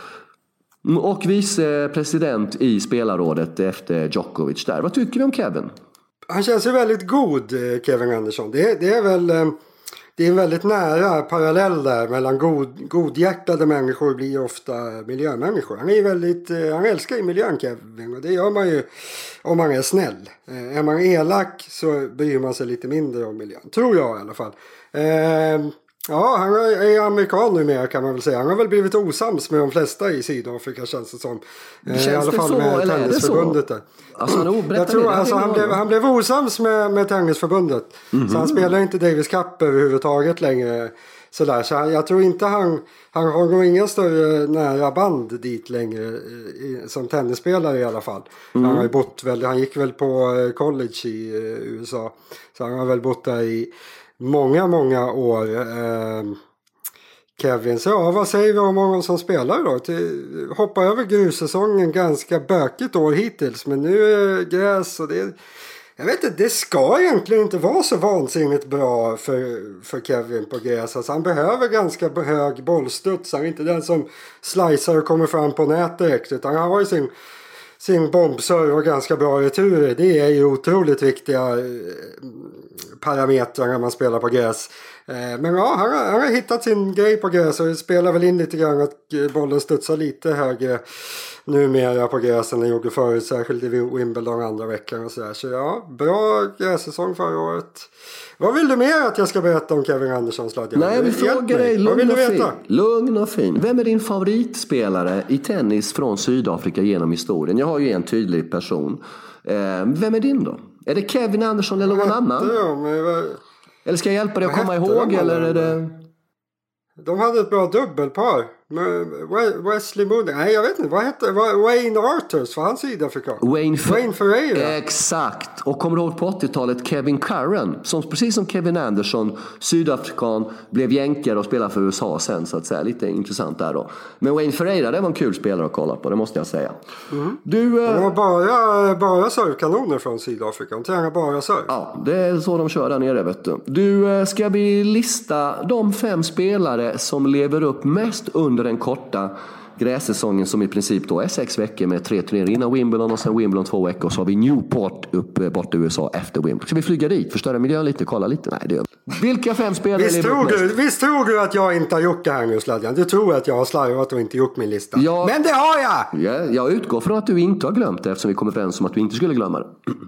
[SPEAKER 1] Och vicepresident i spelarrådet efter Djokovic där. Vad tycker vi om Kevin?
[SPEAKER 2] Han känns ju väldigt god, Kevin Andersson. Det, det är väl det är en väldigt nära parallell där mellan god, godhjärtade människor blir ofta miljömänniskor. Han är väldigt, han älskar ju miljön, Kevin, och det gör man ju om man är snäll. Är man elak så bryr man sig lite mindre om miljön, tror jag i alla fall. Eh, Ja, han är amerikan numera kan man väl säga. Han har väl blivit osams med de flesta i Sydafrika, känns det som.
[SPEAKER 1] Känns
[SPEAKER 2] I alla
[SPEAKER 1] det
[SPEAKER 2] fall
[SPEAKER 1] så,
[SPEAKER 2] med
[SPEAKER 1] eller
[SPEAKER 2] tennisförbundet där.
[SPEAKER 1] Alltså, han,
[SPEAKER 2] jag tror, alltså, han, blev, han blev osams med, med tennisförbundet. Mm-hmm. Så han spelar inte Davis Cup överhuvudtaget längre. Sådär. Så han, jag tror inte han, han har nog inga större nära band dit längre i, som tennisspelare i alla fall. Mm. Han har ju bott väl, han gick väl på college i U S A. Så han har väl bott där i många, många år. Eh, Kevin, så ja, vad säger vi om många som spelar då? Till, hoppa över grussäsongen, ganska bökigt år hittills. Men nu är gräs och det... Jag vet inte, det ska egentligen inte vara så vansinnigt bra för, för Kevin på gräs. Alltså, han behöver ganska hög bollstuds. Han är inte den som slicear och kommer fram på nät direkt. Utan han har ju sin... sin bombserv och ganska bra returer. Det är ju otroligt viktiga parametrar när man spelar på gräs. Men ja, han har, han har hittat sin grej på gräs och spelar väl in lite grann att bollen studsar lite högre numera på gräs än den gjorde förut, särskilt i Wimbledon andra veckan och sådär. Så ja, bra grässäsong förra året. Vad vill du mer att jag ska berätta om Kevin Andersson, Sladjan?
[SPEAKER 1] Nej, jag vill fråga dig, lugn och, fin. lugn och fin. Vem är din favoritspelare i tennis från Sydafrika genom historien? Jag har ju en tydlig person. Vem är din då? Är det Kevin Andersson eller någon annan?
[SPEAKER 2] Var...
[SPEAKER 1] Eller ska jag hjälpa dig att komma ihåg? Eller är det...
[SPEAKER 2] De hade ett bra dubbelpar. Wesley Moody. Nej, jag vet inte. Vad hette Wayne Arthurs? Var han sydafrikan?
[SPEAKER 1] Wayne, F-
[SPEAKER 2] Wayne Ferreira.
[SPEAKER 1] Exakt. Och kommer du ihåg på åttiotalet Kevin Curran, som precis som Kevin Anderson, sydafrikan, blev jänkare och spelade för U S A sen, så att säga. Lite intressant där då. Men Wayne Ferreira, det var en kul spelare att kolla på, det måste jag säga.
[SPEAKER 2] Mm. Du, äh... Det var bara, bara servkanoner från Sydafrika. De tränar bara serv.
[SPEAKER 1] Ja, det är så de kör där nere, vet du. Du, ska vi lista de fem spelare som lever upp mest under den korta grässäsongen, som i princip då är sex veckor med tre turneringar innan Wimbledon och sen Wimbledon två veckor, och så har vi Newport uppe bort i U S A efter Wimbledon. Ska vi flyga dit, förstöra miljön lite, kolla lite? Nej, det gör vi. Vilka fem spelare
[SPEAKER 2] visst tror, du, visst tror du att jag inte har gjort det här nu, Sladjan? Du tror att jag har slarvat och inte gjort min lista. Ja, men det har jag!
[SPEAKER 1] Ja, jag utgår från att du inte har glömt det, eftersom vi kommer överens om att du inte skulle glömma det.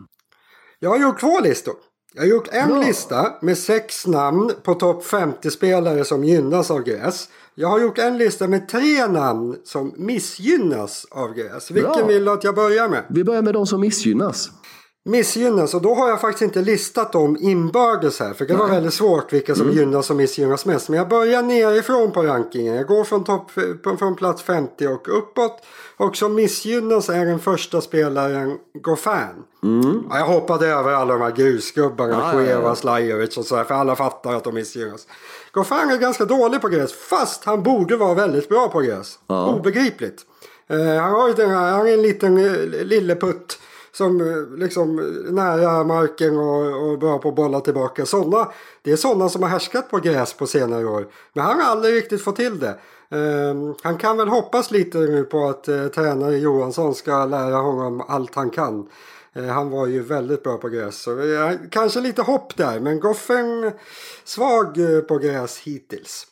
[SPEAKER 2] Jag har gjort två listor. Jag har gjort en Bra. lista med sex namn på topp femtio spelare som gynnas av gräs. Jag har gjort en lista med tre namn som missgynnas av gräs. Vilken Bra. vill du att jag börjar med?
[SPEAKER 1] Vi börjar med de som missgynnas.
[SPEAKER 2] Missgynnas, och då har jag faktiskt inte listat dem inbördes här. För det var Nej. väldigt svårt vilka som mm. gynnas och missgynnas mest. Men jag börjar nerifrån på rankingen. Jag går från, topp, från plats femtio och uppåt. Och som missgynnas är den första spelaren Goffin. Mm. Ja, jag hoppade över alla de här grusgubbarna. Cueva, Slajovic och så här. För alla fattar att de missgynnas. Goffin är ganska dålig på gräs. Fast han borde vara väldigt bra på gräs. Ja. Obegripligt. Uh, han, har ju den här, han är en liten uh, lilleputt. Som liksom nära marken och, och bra på att bolla tillbaka. Såna, det är sådana som har härskat på gräs på senare år. Men han har aldrig riktigt fått till det. Um, han kan väl hoppas lite nu på att uh, tränare Johansson ska lära honom allt han kan. Uh, han var ju väldigt bra på gräs. Så, uh, kanske lite hopp där. Men Goffin svag uh, på gräs hittills.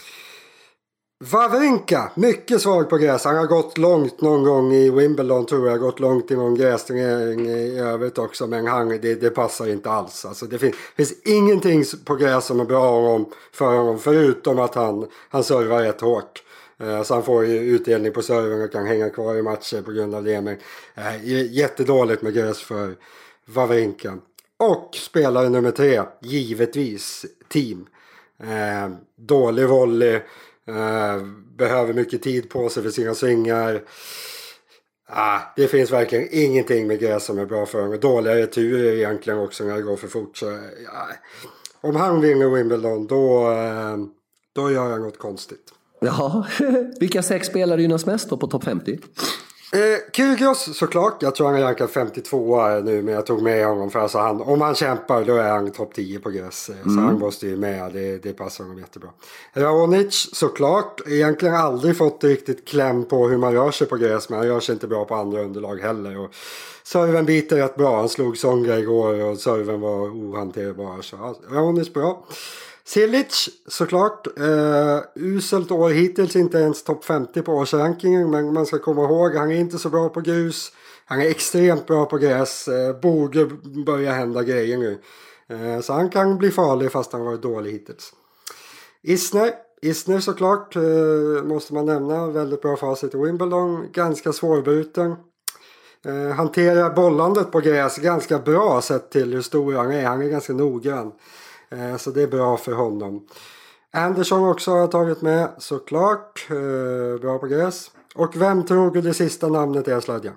[SPEAKER 2] Wawrinka, mycket svag på gräs. Han har gått långt någon gång i Wimbledon, tror jag. Gått långt i någon grästurnering i övrigt också. Men han, det, det passar inte alls. Alltså, det finns, finns ingenting på gräs som är bra om, för honom. Förutom att han, han servar rätt hårt. Uh, så han får ju utdelning på serven och kan hänga kvar i matcher på grund av det. Men uh, jättedåligt med gräs för Wawrinka. Och spelare nummer tre, givetvis team. Uh, dålig volley. Uh, behöver mycket tid på sig för sina svingar. Ah, det finns verkligen ingenting med gräs som är bra för honom. Dåliga returer egentligen också när det går för fort. Så, ja. Om han vinner Wimbledon då, uh, då gör jag något konstigt.
[SPEAKER 1] Ja, vilka sex spelare gynnas mest då på topp femtio?
[SPEAKER 2] Eh, Kyrgios såklart, jag tror han är rankad femtiotvå nu, men jag tog med honom för alltså han, om han kämpar då är han topp tio på gräs. Mm. Så han måste ju med, det, det passar honom jättebra. Raonic såklart, egentligen aldrig fått riktigt kläm på hur man rör sig på gräs, men han rör sig inte bra på andra underlag heller. Och serven biter rätt bra, han slog Songa igår och serven var ohanterbar. Så ja, Raonic bra. Cilic såklart, eh, uselt år hittills, inte ens topp femtio på årsrankingen, men man ska komma ihåg, han är inte så bra på grus, han är extremt bra på gräs, eh, borde börja hända grejer nu, eh, så han kan bli farlig fast han varit dålig hittills. Isner, Isner såklart, eh, måste man nämna, väldigt bra facit i Wimbledon, ganska svårbruten. Eh, hanterar bollandet på gräs ganska bra sett till hur stor han är, han är ganska noggrann. Så det är bra för honom. Anderson också har jag tagit med, såklart. Bra på gräs. Och vem tror du det sista namnet är, Sladja?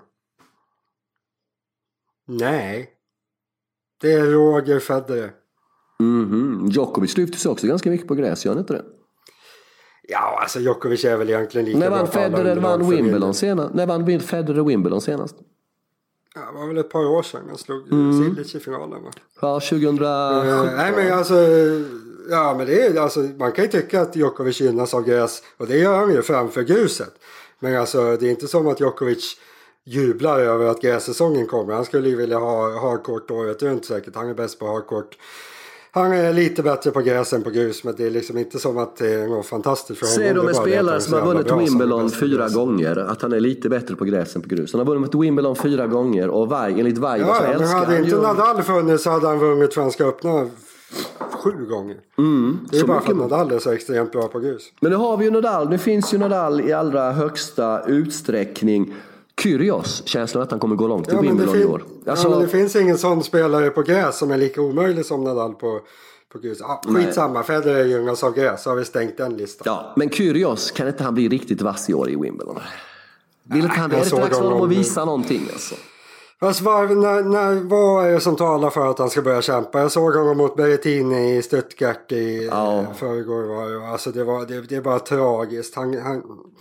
[SPEAKER 2] Nej. Det är Roger Federer.
[SPEAKER 1] Mm-hmm. Djokovic lyfter sig också ganska mycket på gräs, gör han inte det?
[SPEAKER 2] Ja, alltså Djokovic är väl egentligen lika
[SPEAKER 1] när
[SPEAKER 2] bra.
[SPEAKER 1] Vann Federer vann Wimbledon senast? När vann Federer Wimbledon senast?
[SPEAKER 2] Ja, det var väl ett par år sedan han slog mm. Cilic i finalen, va?
[SPEAKER 1] Ja, tjugohundrasjutton.
[SPEAKER 2] Uh, nej men alltså, ja men det är alltså, man kan ju tycka att Djokovic gynnas av gräs, och det gör han ju framför gruset. Men alltså det är inte som att Djokovic jublar över att grässäsongen kommer. Han skulle ju vilja ha hardcourt året runt säkert, han är bäst på hardcourt. Han är lite bättre på gräs än på grus, men det är liksom inte som att det är något fantastiskt för honom.
[SPEAKER 1] Ser de en spelare som har vunnit Wimbledon fyra gånger, att han är lite bättre på gräs än på grus. Han har vunnit Wimbledon fyra gånger och var, enligt varje
[SPEAKER 2] ja,
[SPEAKER 1] så
[SPEAKER 2] men
[SPEAKER 1] älskar
[SPEAKER 2] hade
[SPEAKER 1] han
[SPEAKER 2] inte
[SPEAKER 1] ju...
[SPEAKER 2] Nadal funnits så hade han vunnit Franska öppna sju gånger. Mm, det är ju bara för att Nadal är så extremt bra på grus.
[SPEAKER 1] Men nu har vi ju Nadal, nu finns ju Nadal i allra högsta utsträckning. Kyrgios, känslan att han kommer gå långt i ja, Wimbledon i år. Alltså...
[SPEAKER 2] Ja, men det finns ingen sån spelare på gräs som är lika omöjlig som Nadal på, på grus. Ah, skitsamma, Federer gynnas av gräs, så har vi stängt den listan.
[SPEAKER 1] Ja, men Kyrgios, kan inte han bli riktigt vass i år i Wimbledon? Vill inte han, är det dags för honom att visa någonting alltså?
[SPEAKER 2] Alltså, var, när, när, vad är det som talar för att han ska börja kämpa? Jag såg honom mot Berrettini i Stuttgart i ja. förrgår. Var, alltså det, var, det, det är bara tragiskt. Han, han,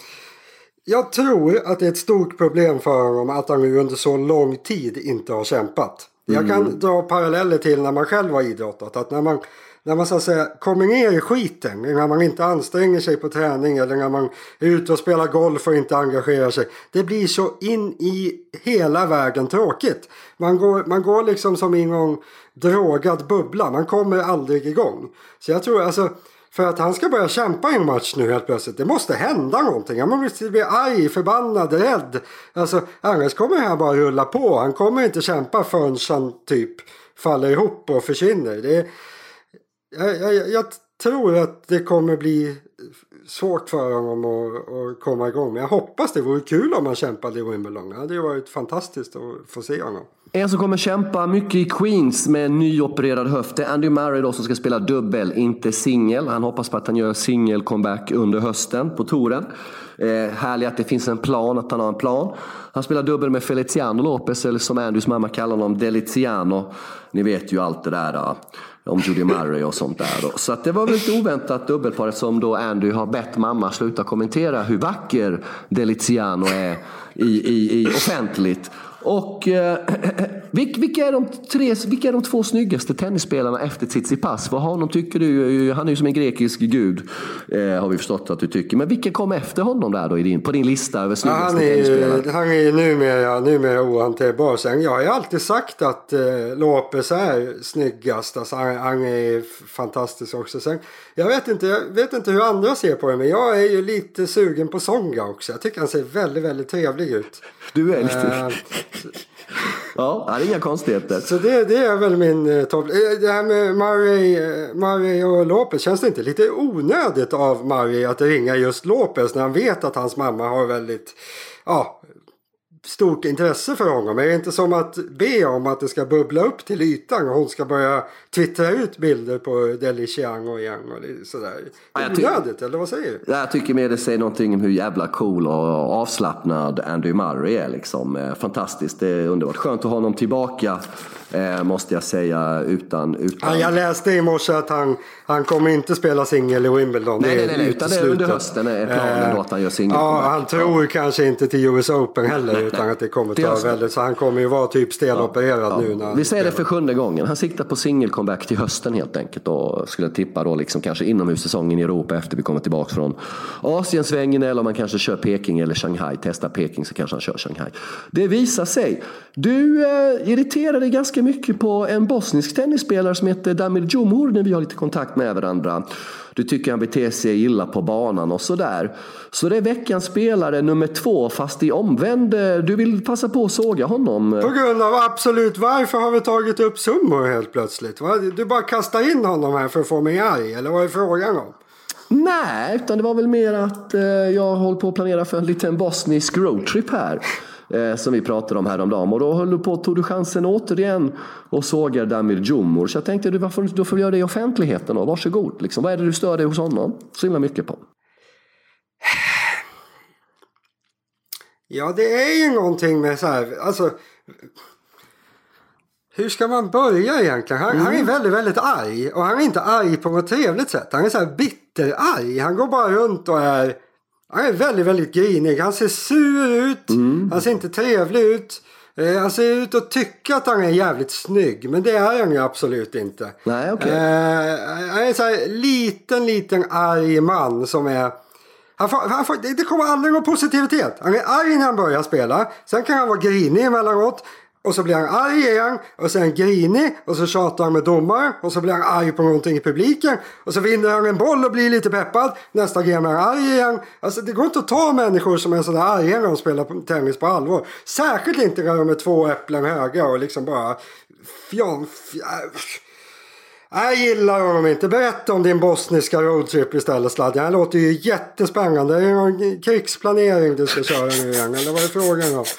[SPEAKER 2] jag tror att det är ett stort problem för honom att han nu under så lång tid inte har kämpat. Mm. Jag kan dra paralleller till när man själv har idrottat. Att när man, när man så att säga kommer ner i skiten, när man inte anstränger sig på träning eller när man är ute och spelar golf och inte engagerar sig. Det blir så in i hela världen tråkigt. Man går, man går liksom som en gång drogad bubbla. Man kommer aldrig igång. Så jag tror alltså... För att han ska börja kämpa i en match nu helt plötsligt. Det måste hända någonting. Han måste bli arg, förbannad, rädd. Alltså, annars kommer han bara rulla på. Han kommer inte kämpa förrän han typ faller ihop och försvinner. Det är, jag, jag, jag tror att det kommer bli svårt för honom att, att komma igång. Men jag hoppas det vore kul om han kämpade i Wimbledon. Det hade varit fantastiskt att få se honom.
[SPEAKER 1] En som kommer kämpa mycket i Queens med en nyopererad höft är Andy Murray då, som ska spela dubbel, inte singel. Han hoppas på att han gör singel comeback under hösten på touren. Eh, härligt att det finns en plan, att han har en plan. Han spelar dubbel med Feliciano Lopez, eller som Andys mamma kallar honom, Deliziano. Ni vet ju allt det där då, om Judy Murray och sånt där då. Så att det var väl lite oväntat dubbelpar, som då Andy har bett mamma sluta kommentera hur vacker Deliziano är i, i, i offentligt. Och eh, vilka, är de tre, vilka är de två snyggaste tennisspelarna efter Tsitsipas? Vad har de, tycker du? Han är ju som en grekisk gud, eh, har vi förstått att du tycker. Men vilka kom efter honom där då i din, på din lista över snyggaste
[SPEAKER 2] ja,
[SPEAKER 1] tennisspelare? Han
[SPEAKER 2] är ju numera, numera ohanterbar. Sen jag har alltid sagt att eh, Lopez är snyggast. Alltså, han, han är fantastisk också. Sen, jag, vet inte, jag vet inte hur andra ser på det, men jag är ju lite sugen på Songa också. Jag tycker han ser väldigt, väldigt trevlig ut.
[SPEAKER 1] Du är lite... Eh, ja, det är inga konstigheter.
[SPEAKER 2] Så det, det är väl min eh, topp. Det här med Murray, Murray och Lopez, känns det inte lite onödigt av Murray att ringa just Lopez när han vet att hans mamma har väldigt ja, stort intresse för honom. Är det inte som att be om att det ska bubbla upp till ytan och hon ska börja twittra ut bilder på Deli Chiang och Yang och sådär? Onödigt, eller vad säger du?
[SPEAKER 1] Jag tycker mer det säger någonting om hur jävla cool och avslappnad Andy Murray är liksom. Fantastiskt, det är underbart. Skönt att ha honom tillbaka. Eh, måste jag säga utan... utan...
[SPEAKER 2] Ja, jag läste i morse att han, han kommer inte spela singel i Wimbledon.
[SPEAKER 1] Nej, nej, nej, nej utan det är under hösten är planen eh, då att han gör singel.
[SPEAKER 2] Ja, han tror ja. kanske inte till U S Open heller nej, utan nej. att det kommer ta väldigt... Så han kommer ju vara typ stelopererad ja, ja. nu. När
[SPEAKER 1] Vi säger det för sjunde gången. Han siktar på singelcomeback till hösten helt enkelt och skulle tippa då liksom kanske inomhussäsongen i Europa efter vi kommer tillbaka från Asiensvängen eller om man kanske kör Peking eller Shanghai. Testa Peking så kanske han kör Shanghai. Det visar sig. Du eh, irriterar dig ganska mycket på en bosnisk tennisspelare som heter Damir Djumhur när vi har lite kontakt med varandra. Du tycker han beter sig illa på banan och sådär. Så det är veckans spelare nummer två fast i omvänd. Du vill passa på att såga honom.
[SPEAKER 2] På grund av absolut varför har vi tagit upp summor helt plötsligt? Du bara kastar in honom här för att få mig arg eller vad är frågan om?
[SPEAKER 1] Nej, utan det var väl mer att eh, jag håller på att planera för en liten bosnisk roadtrip här. Eh, som vi pratade om häromdagen. Och då höll du på tog du chansen återigen och sågar Damir Djumhur. Så jag tänkte, du, varför, då får vi göra det i offentligheten då. Varsågod. Liksom. Vad är det du stör dig hos honom så himla mycket på?
[SPEAKER 2] Ja, det är ju någonting med så här... Alltså, hur ska man börja egentligen? Han, mm. han är väldigt, väldigt arg. Och han är inte arg på något trevligt sätt. Han är så här bitterarg. Han går bara runt och är... Han är väldigt, väldigt grinig. Han ser sur ut. Mm. Han ser inte trevlig ut. Eh, han ser ut att tycka att han är jävligt snygg. Men det är han ju absolut inte.
[SPEAKER 1] Nej, okej. Okay.
[SPEAKER 2] Eh, han är så här liten, liten arg man som är... Han får, han får, det kommer aldrig någon positivitet. Han är arg när han börjar spela. Sen kan han vara grinig emellanåt. Och så blir han arg igen. Och sen grinig. Och så tjatar han med domare. Och så blir han arg på någonting i publiken. Och så vinner han en boll och blir lite peppad. Nästa game är han arg igen. Alltså det går inte att ta människor som är sådär arga när de spelar tennis på allvar. Särskilt inte när de är två äpplen höga. Och liksom bara... Fjan... Jag gillar honom inte. Berätta om din bosniska roadtrip istället, Sladjan. Det låter ju jättespännande. Det är någon krigsplanering du ska köra nu igen. Eller vad är frågan om?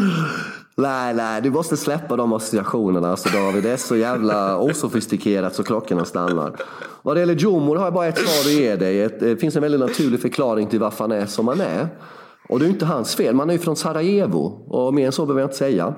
[SPEAKER 1] Nej, nej, du måste släppa de associationerna alltså David, det är så jävla osofistikerat så klockorna stannar. Vad det gäller Djumhur har jag bara ett svar att ge dig. Det finns en väldigt naturlig förklaring till varför han är som han är. Och det är inte hans fel, man är ju från Sarajevo och mer än så behöver jag inte säga.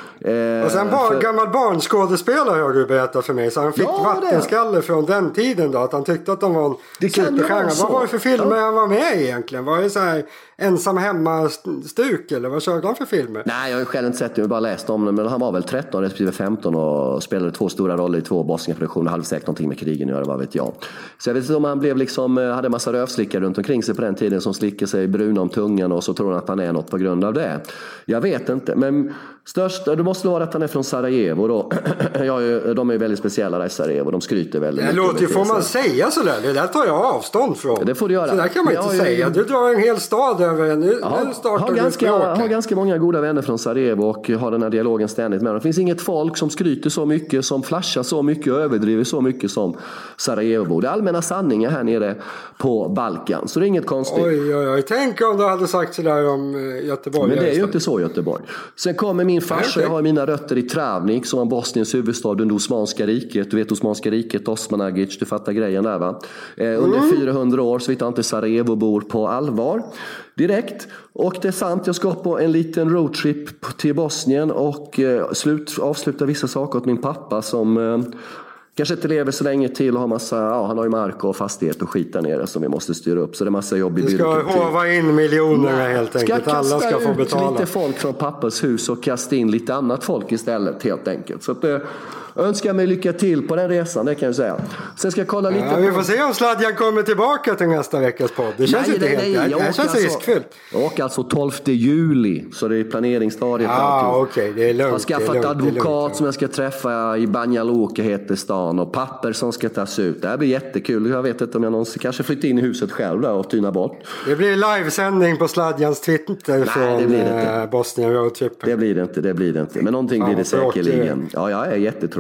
[SPEAKER 2] Eh, och sen var för... gammal barnskådespelare har du berättat för mig. Så han fick ja, vattenskalle det. Från den tiden då. Att han tyckte att de var en superstjärna. Vad var det för filmer ja. han var med i egentligen? Var det så här ensam hemma-stuk eller vad körde han för filmer?
[SPEAKER 1] Nej, jag har själv inte sett det. Jag har bara läst om det. Men han var väl tretton respektive femton och spelade två stora roller i två Bosnien-produktioner. Hade säkert någonting med krigen att göra, vad vet jag. Så jag vet inte om han blev liksom, hade en massa rövslickare runt omkring sig på den tiden som slickade sig bruna om tungan och så tror han att han är något på grund av det. Jag vet inte, men störst, det måste vara att han är från Sarajevo då. Ja, de är väldigt speciella där i Sarajevo. De skryter väldigt
[SPEAKER 2] mycket. Det låter ju, får man säga sådär. Det där tar jag avstånd från.
[SPEAKER 1] Det får du göra.
[SPEAKER 2] Så där kan man inte säga. Du drar en hel stad över en. Nu,
[SPEAKER 1] ja,
[SPEAKER 2] nu startar
[SPEAKER 1] har
[SPEAKER 2] du
[SPEAKER 1] ganska, har ganska många goda vänner från Sarajevo och har den här dialogen ständigt med dem. Det finns inget folk som skryter så mycket, som flashar så mycket och överdriver så mycket som Sarajevo. Det är allmänna sanningar här nere på Balkan. Så det är inget konstigt.
[SPEAKER 2] Oj, oj, oj. Tänk om du hade sagt sådär om Göteborg.
[SPEAKER 1] Men det är ju inte så Göteborg. Sen kommer min farsa, jag har mina rötter i Travnik som var Bosniens huvudstad under Osmanska riket. Du vet Osmanska riket, Osmanagic, du fattar grejen där va? Eh, under mm. fyrahundra år så vet jag inte Sarajevo bor på allvar. Direkt. Och det är sant, jag ska på en liten roadtrip till Bosnien och eh, slut, avsluta vissa saker åt min pappa som eh, kanske inte lever så länge till och har massa, ja, han har ju mark och fastighet och skit där nere som vi måste styra upp. Så det är massa jobb i byråkrati.
[SPEAKER 2] Du ska hova in miljonerna helt enkelt.
[SPEAKER 1] Ska
[SPEAKER 2] alla ska få betala.
[SPEAKER 1] Ska kasta ut lite folk från pappas hus och kasta in lite annat folk istället helt enkelt. Så att eh, önskar mig lycka till på den resan, det kan jag säga. Sen ska jag kolla lite
[SPEAKER 2] ja, på... Vi får se om Sladjan kommer tillbaka till nästa veckas podd. Det känns nej, inte nej, helt... Nej, det känns alltså, riskfyllt.
[SPEAKER 1] Jag åker alltså tolfte juli, så det är planeringsstadiet.
[SPEAKER 2] Ja, okej, okay, det är lugnt.
[SPEAKER 1] Jag har skaffat lugnt, advokat lugnt, som jag ska träffa i Banja Luka heter stan och papper som ska tas ut. Det här blir jättekul. Jag vet inte om jag någonsin kanske flyttar in i huset själv där och tyna bort.
[SPEAKER 2] Det blir livesändning på Sladjans Twitter nej, från det blir det inte. Bosnien Roadtrip.
[SPEAKER 1] Det blir det inte, det blir det inte. Men någonting ja, blir det säkerligen. Ja, jag är jättetråkig.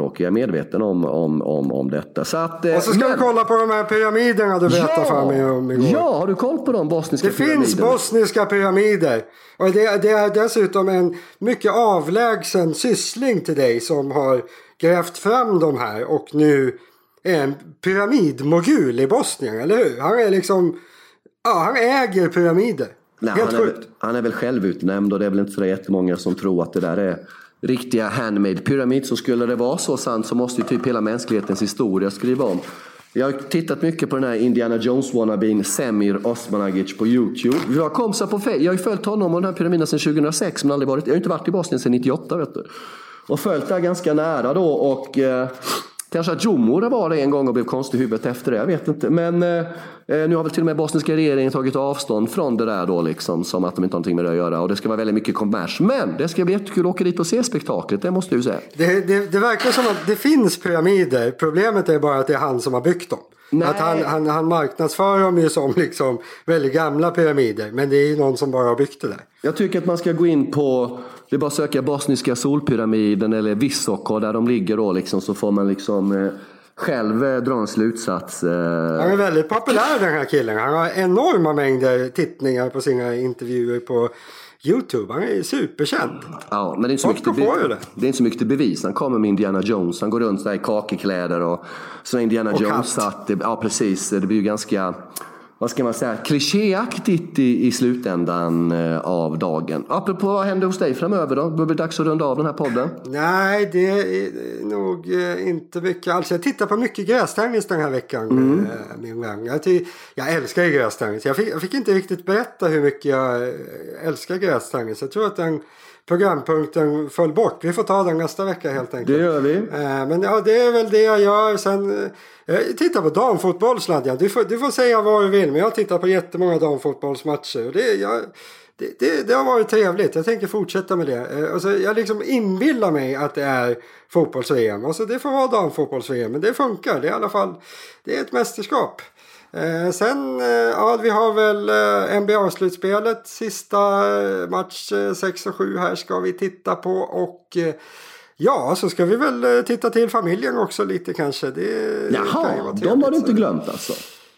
[SPEAKER 1] och jag är medveten om, om, om, om detta. Så att,
[SPEAKER 2] och så ska men... vi kolla på de här pyramiderna du berättade ja, för mig om igår.
[SPEAKER 1] Ja, har du koll på de bosniska
[SPEAKER 2] det
[SPEAKER 1] pyramiderna?
[SPEAKER 2] Det finns bosniska pyramider. Och det, det är dessutom en mycket avlägsen syssling till dig som har grävt fram de här och nu är en pyramidmogul i Bosnien, eller hur? Han är liksom, ja, han äger pyramider.
[SPEAKER 1] Nej,
[SPEAKER 2] Helt
[SPEAKER 1] han, är,
[SPEAKER 2] sjukt.
[SPEAKER 1] han är väl självutnämnd och det är väl inte så jättemånga som tror att det där är riktiga handmade pyramid. Så skulle det vara så sant så måste ju typ hela mänsklighetens historia skriva om. Jag har tittat mycket på den här Indiana Jones-wannabeen Semir Osmanagic på YouTube. Jag kom så på jag har ju följt honom och den här pyramiden sedan tjugohundrasex men aldrig varit, jag har inte varit i Bosnien sedan nittioåtta vet du. Och följt det ganska nära då och eh, kanske att Jomora var det en gång och blev konstig i huvudet efter det, jag vet inte. Men eh, nu har väl till och med bosniska regeringen tagit avstånd från det där då liksom, som att de inte har någonting med det att göra. Och det ska vara väldigt mycket kommers. Men det ska bli jättekul att åka dit och se spektaklet, det måste du säga.
[SPEAKER 2] Det, det, det verkar som att det finns pyramider. Problemet är bara att det är han som har byggt dem. Nej. Att han, han, han marknadsför dem ju som liksom väldigt gamla pyramider. Men det är ju någon som bara har byggt det där.
[SPEAKER 1] Jag tycker att man ska gå in på, det är bara att söka bosniska solpyramiden eller Visoko där de ligger då liksom, så får man liksom eh, själv eh, dra en slutsats. Eh.
[SPEAKER 2] Han är väldigt populär den här killen. Han har enorma mängder tittningar på sina intervjuer på YouTube. Han är superkänd.
[SPEAKER 1] Ja, men det är inte så mycket till be- det. det är inte så mycket till bevis. Han kommer med Indiana Jones. Han går runt där i kakekläder och så Indiana och Jones satt. Ja, precis. Det blir ju ganska, vad ska man säga, klichéaktigt i, i slutändan eh, av dagen. Apropå vad händer hos dig framöver då? Det blir dags att runda av den här podden.
[SPEAKER 2] Nej, det är nog eh, inte mycket alls. Jag tittar på mycket grästennis den här veckan.
[SPEAKER 1] Mm.
[SPEAKER 2] Eh, min vän. Jag, ty- jag älskar ju grästennis. Jag fick, jag fick inte riktigt berätta hur mycket jag älskar grästennis. Jag tror att den programpunkten föll bort. Vi får ta den nästa vecka helt enkelt.
[SPEAKER 1] Det gör vi.
[SPEAKER 2] Eh, men ja, det är väl det jag gör. Sen, eh, jag tittar på damfotboll, Sladja. Du får, du får säga vad du vill. Men jag tittar på jättemånga damfotbollsmatcher. Och det, jag, det, det, det har varit trevligt. Jag tänker fortsätta med det. Eh, alltså, jag liksom inbillar mig att det är fotbolls-V M. Alltså, det får vara damfotbolls-V M. Men det funkar. Det är i alla fall det är ett mästerskap. Eh, sen, eh, ja vi har väl eh, N B A-slutspelet, sista eh, match eh, sex och sju här ska vi titta på och eh, ja, så ska vi väl eh, titta till familjen också lite kanske. Det,
[SPEAKER 1] Jaha,
[SPEAKER 2] det
[SPEAKER 1] de har du inte glömt alltså?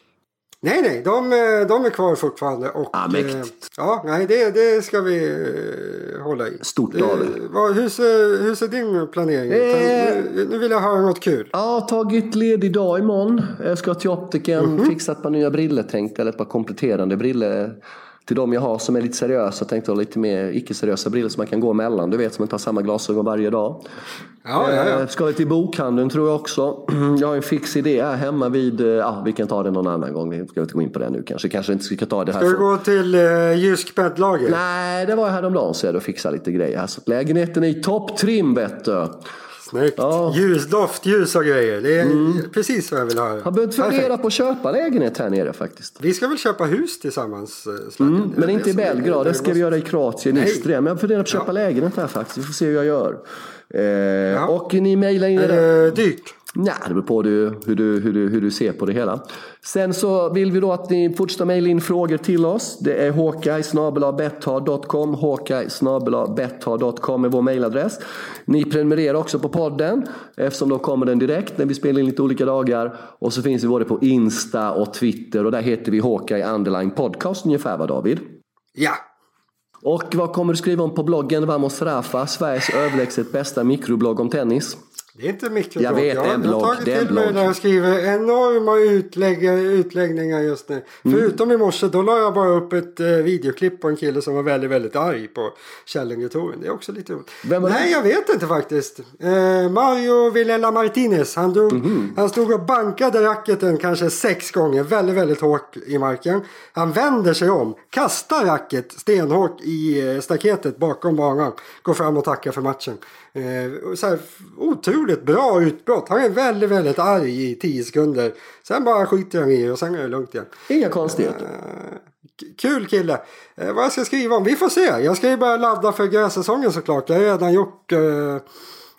[SPEAKER 2] Nej, nej, de, de är kvar fortfarande. Och,
[SPEAKER 1] ja, mäktigt.
[SPEAKER 2] Ja, nej, det, det ska vi eh, hålla i.
[SPEAKER 1] Stort
[SPEAKER 2] det,
[SPEAKER 1] av det.
[SPEAKER 2] Vad, hur, ser, hur ser din planering ut? Eh, nu, nu vill jag höra något kul.
[SPEAKER 1] Ja, tagit ledig dag imorgon. Jag ska till optiken, mm-hmm. fixa ett par nya briller tänkt, eller ett par kompletterande briller. Till de jag har som är lite seriösa, tänkte ha lite mer icke-seriösa briller som man kan gå emellan. Du vet, som man tar samma glasögon varje dag.
[SPEAKER 2] Ja, ja, ja.
[SPEAKER 1] Ska vi till bokhandeln tror jag också. Jag har en fix idé här hemma vid, ja vi kan ta det någon annan gång. Vi ska inte gå in på det nu kanske. Kanske inte ska ta det här.
[SPEAKER 2] Ska du
[SPEAKER 1] så.
[SPEAKER 2] gå till uh, Jysk bäddlager?
[SPEAKER 1] Nej, det var jag häromdagen så jag då fixa lite grejer här. Så lägenheten är i topptrim, vet du.
[SPEAKER 2] Snyggt. Ja. Ljusdoft, ljus och grejer. Det är mm. precis vad jag vill ha.
[SPEAKER 1] Har börjat fundera på att köpa lägenhet här nere faktiskt.
[SPEAKER 2] Vi ska väl köpa hus tillsammans.
[SPEAKER 1] Mm, men inte i Belgrad. Det ska måste... vi göra i Kroatien, Istrien. Men jag funderar på att köpa ja. lägenhet här faktiskt. Vi får se hur jag gör. Eh, ja. Och ni mejlar in...
[SPEAKER 2] Är det dyrt?
[SPEAKER 1] Nej, det beror på hur du, hur, du, hur du ser på det hela. Sen så vill vi då att ni fortsätter mejla in frågor till oss. Det är hawkeye snabel-a betthard dot com hawkeye snabel-a betthard dot com är vår mejladress. Ni prenumererar också på podden eftersom då kommer den direkt när vi spelar in lite olika dagar. Och så finns vi både på Insta och Twitter och där heter vi Hawkeye Underline Podcast ungefär, va David?
[SPEAKER 2] Ja.
[SPEAKER 1] Och vad kommer du skriva om på bloggen Vamos Rafa, Sveriges överlägset bästa mikroblogg om tennis?
[SPEAKER 2] Det är inte mikroblogg.
[SPEAKER 1] Jag vet,
[SPEAKER 2] jag har,
[SPEAKER 1] en blogg.
[SPEAKER 2] Jag har tagit
[SPEAKER 1] det är
[SPEAKER 2] till mig när jag skriver enorma utlägg, utläggningar just nu. Mm. Förutom i morse, då la jag bara upp ett eh, videoklipp på en kille som var väldigt, väldigt arg på Källingetouren. Det är också lite roligt.
[SPEAKER 1] Vem var det?
[SPEAKER 2] Nej, jag vet inte faktiskt. Eh, Mario Villela Martinez. Han, drog, mm-hmm. han stod och bankade racketen kanske sex gånger. Väldigt, väldigt hårt i marken. Han vänder sig om, kastar racket stenhårt i eh, staketet bakom banan. Går fram och tackar för matchen. Eh, så här, otroligt bra utbrott. Han är väldigt, väldigt arg i tio sekunder. Sen bara skiter han i och sen är det lugnt igen.
[SPEAKER 1] Inga konstigheter.
[SPEAKER 2] Eh, kul kille. Eh, vad jag ska skriva om? Vi får se. Jag ska ju börja ladda för grässäsongen såklart. Jag har redan gjort... Eh,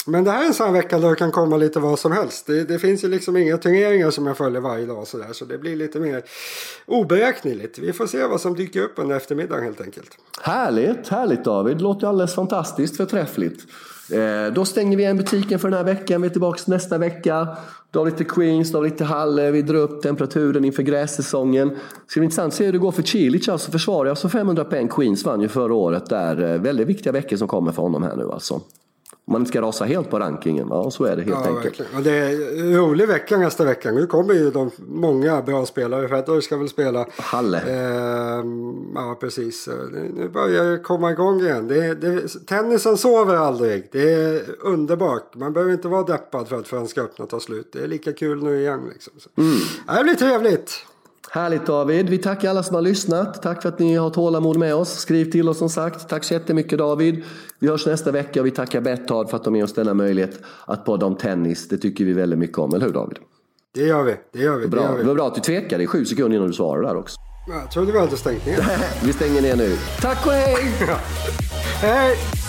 [SPEAKER 2] Men det här är en sån vecka då det kan komma lite vad som helst. Det, det finns ju liksom inga turneringar som jag följer varje dag så där, så det blir lite mer oberäkneligt. Vi får se vad som dyker upp under eftermiddagen helt enkelt.
[SPEAKER 1] Härligt, härligt David. Det låter alldeles fantastiskt förträffligt. Eh, då stänger vi igen butiken för den här veckan. Vi är tillbaka nästa vecka. Då har lite Queens, då har lite Halle. Vi drar upp temperaturen inför grässäsongen. Det ska bli intressant att se hur det går för Cilic. Alltså försvarar alltså femhundra poäng. Queens vann ju förra året. Där väldigt viktiga veckor som kommer för honom här nu alltså. Om man inte ska rasa helt på rankingen. Ja, så är det helt
[SPEAKER 2] ja,
[SPEAKER 1] enkelt.
[SPEAKER 2] Verkligen. Och det är en rolig vecka nästa vecka. Nu kommer ju de många bra spelare. Federer ska väl spela.
[SPEAKER 1] Halle.
[SPEAKER 2] Eh, ja, precis. Nu börjar det komma igång igen. Det, det, tennisen sover aldrig. Det är underbart. Man behöver inte vara deppad för att Franska öppna ta slut. Det är lika kul nu igen. Liksom. Mm. Det blir trevligt.
[SPEAKER 1] Härligt David. Vi tackar alla som har lyssnat. Tack för att ni har tålamod med oss. Skriv till oss som sagt. Tack så jättemycket David. Vi hörs nästa vecka och vi tackar Betthard för att de ger oss denna möjlighet att podda om tennis. Det tycker vi väldigt mycket om, eller hur David?
[SPEAKER 2] Det gör vi. Det gör vi.
[SPEAKER 1] Bra.
[SPEAKER 2] Det, gör vi.
[SPEAKER 1] Det var bra att du tvekade i sju sekunder innan du svarade där också.
[SPEAKER 2] Jag trodde vi hade stängt ner.
[SPEAKER 1] Vi stänger ner nu. Tack och hej!
[SPEAKER 2] Hej!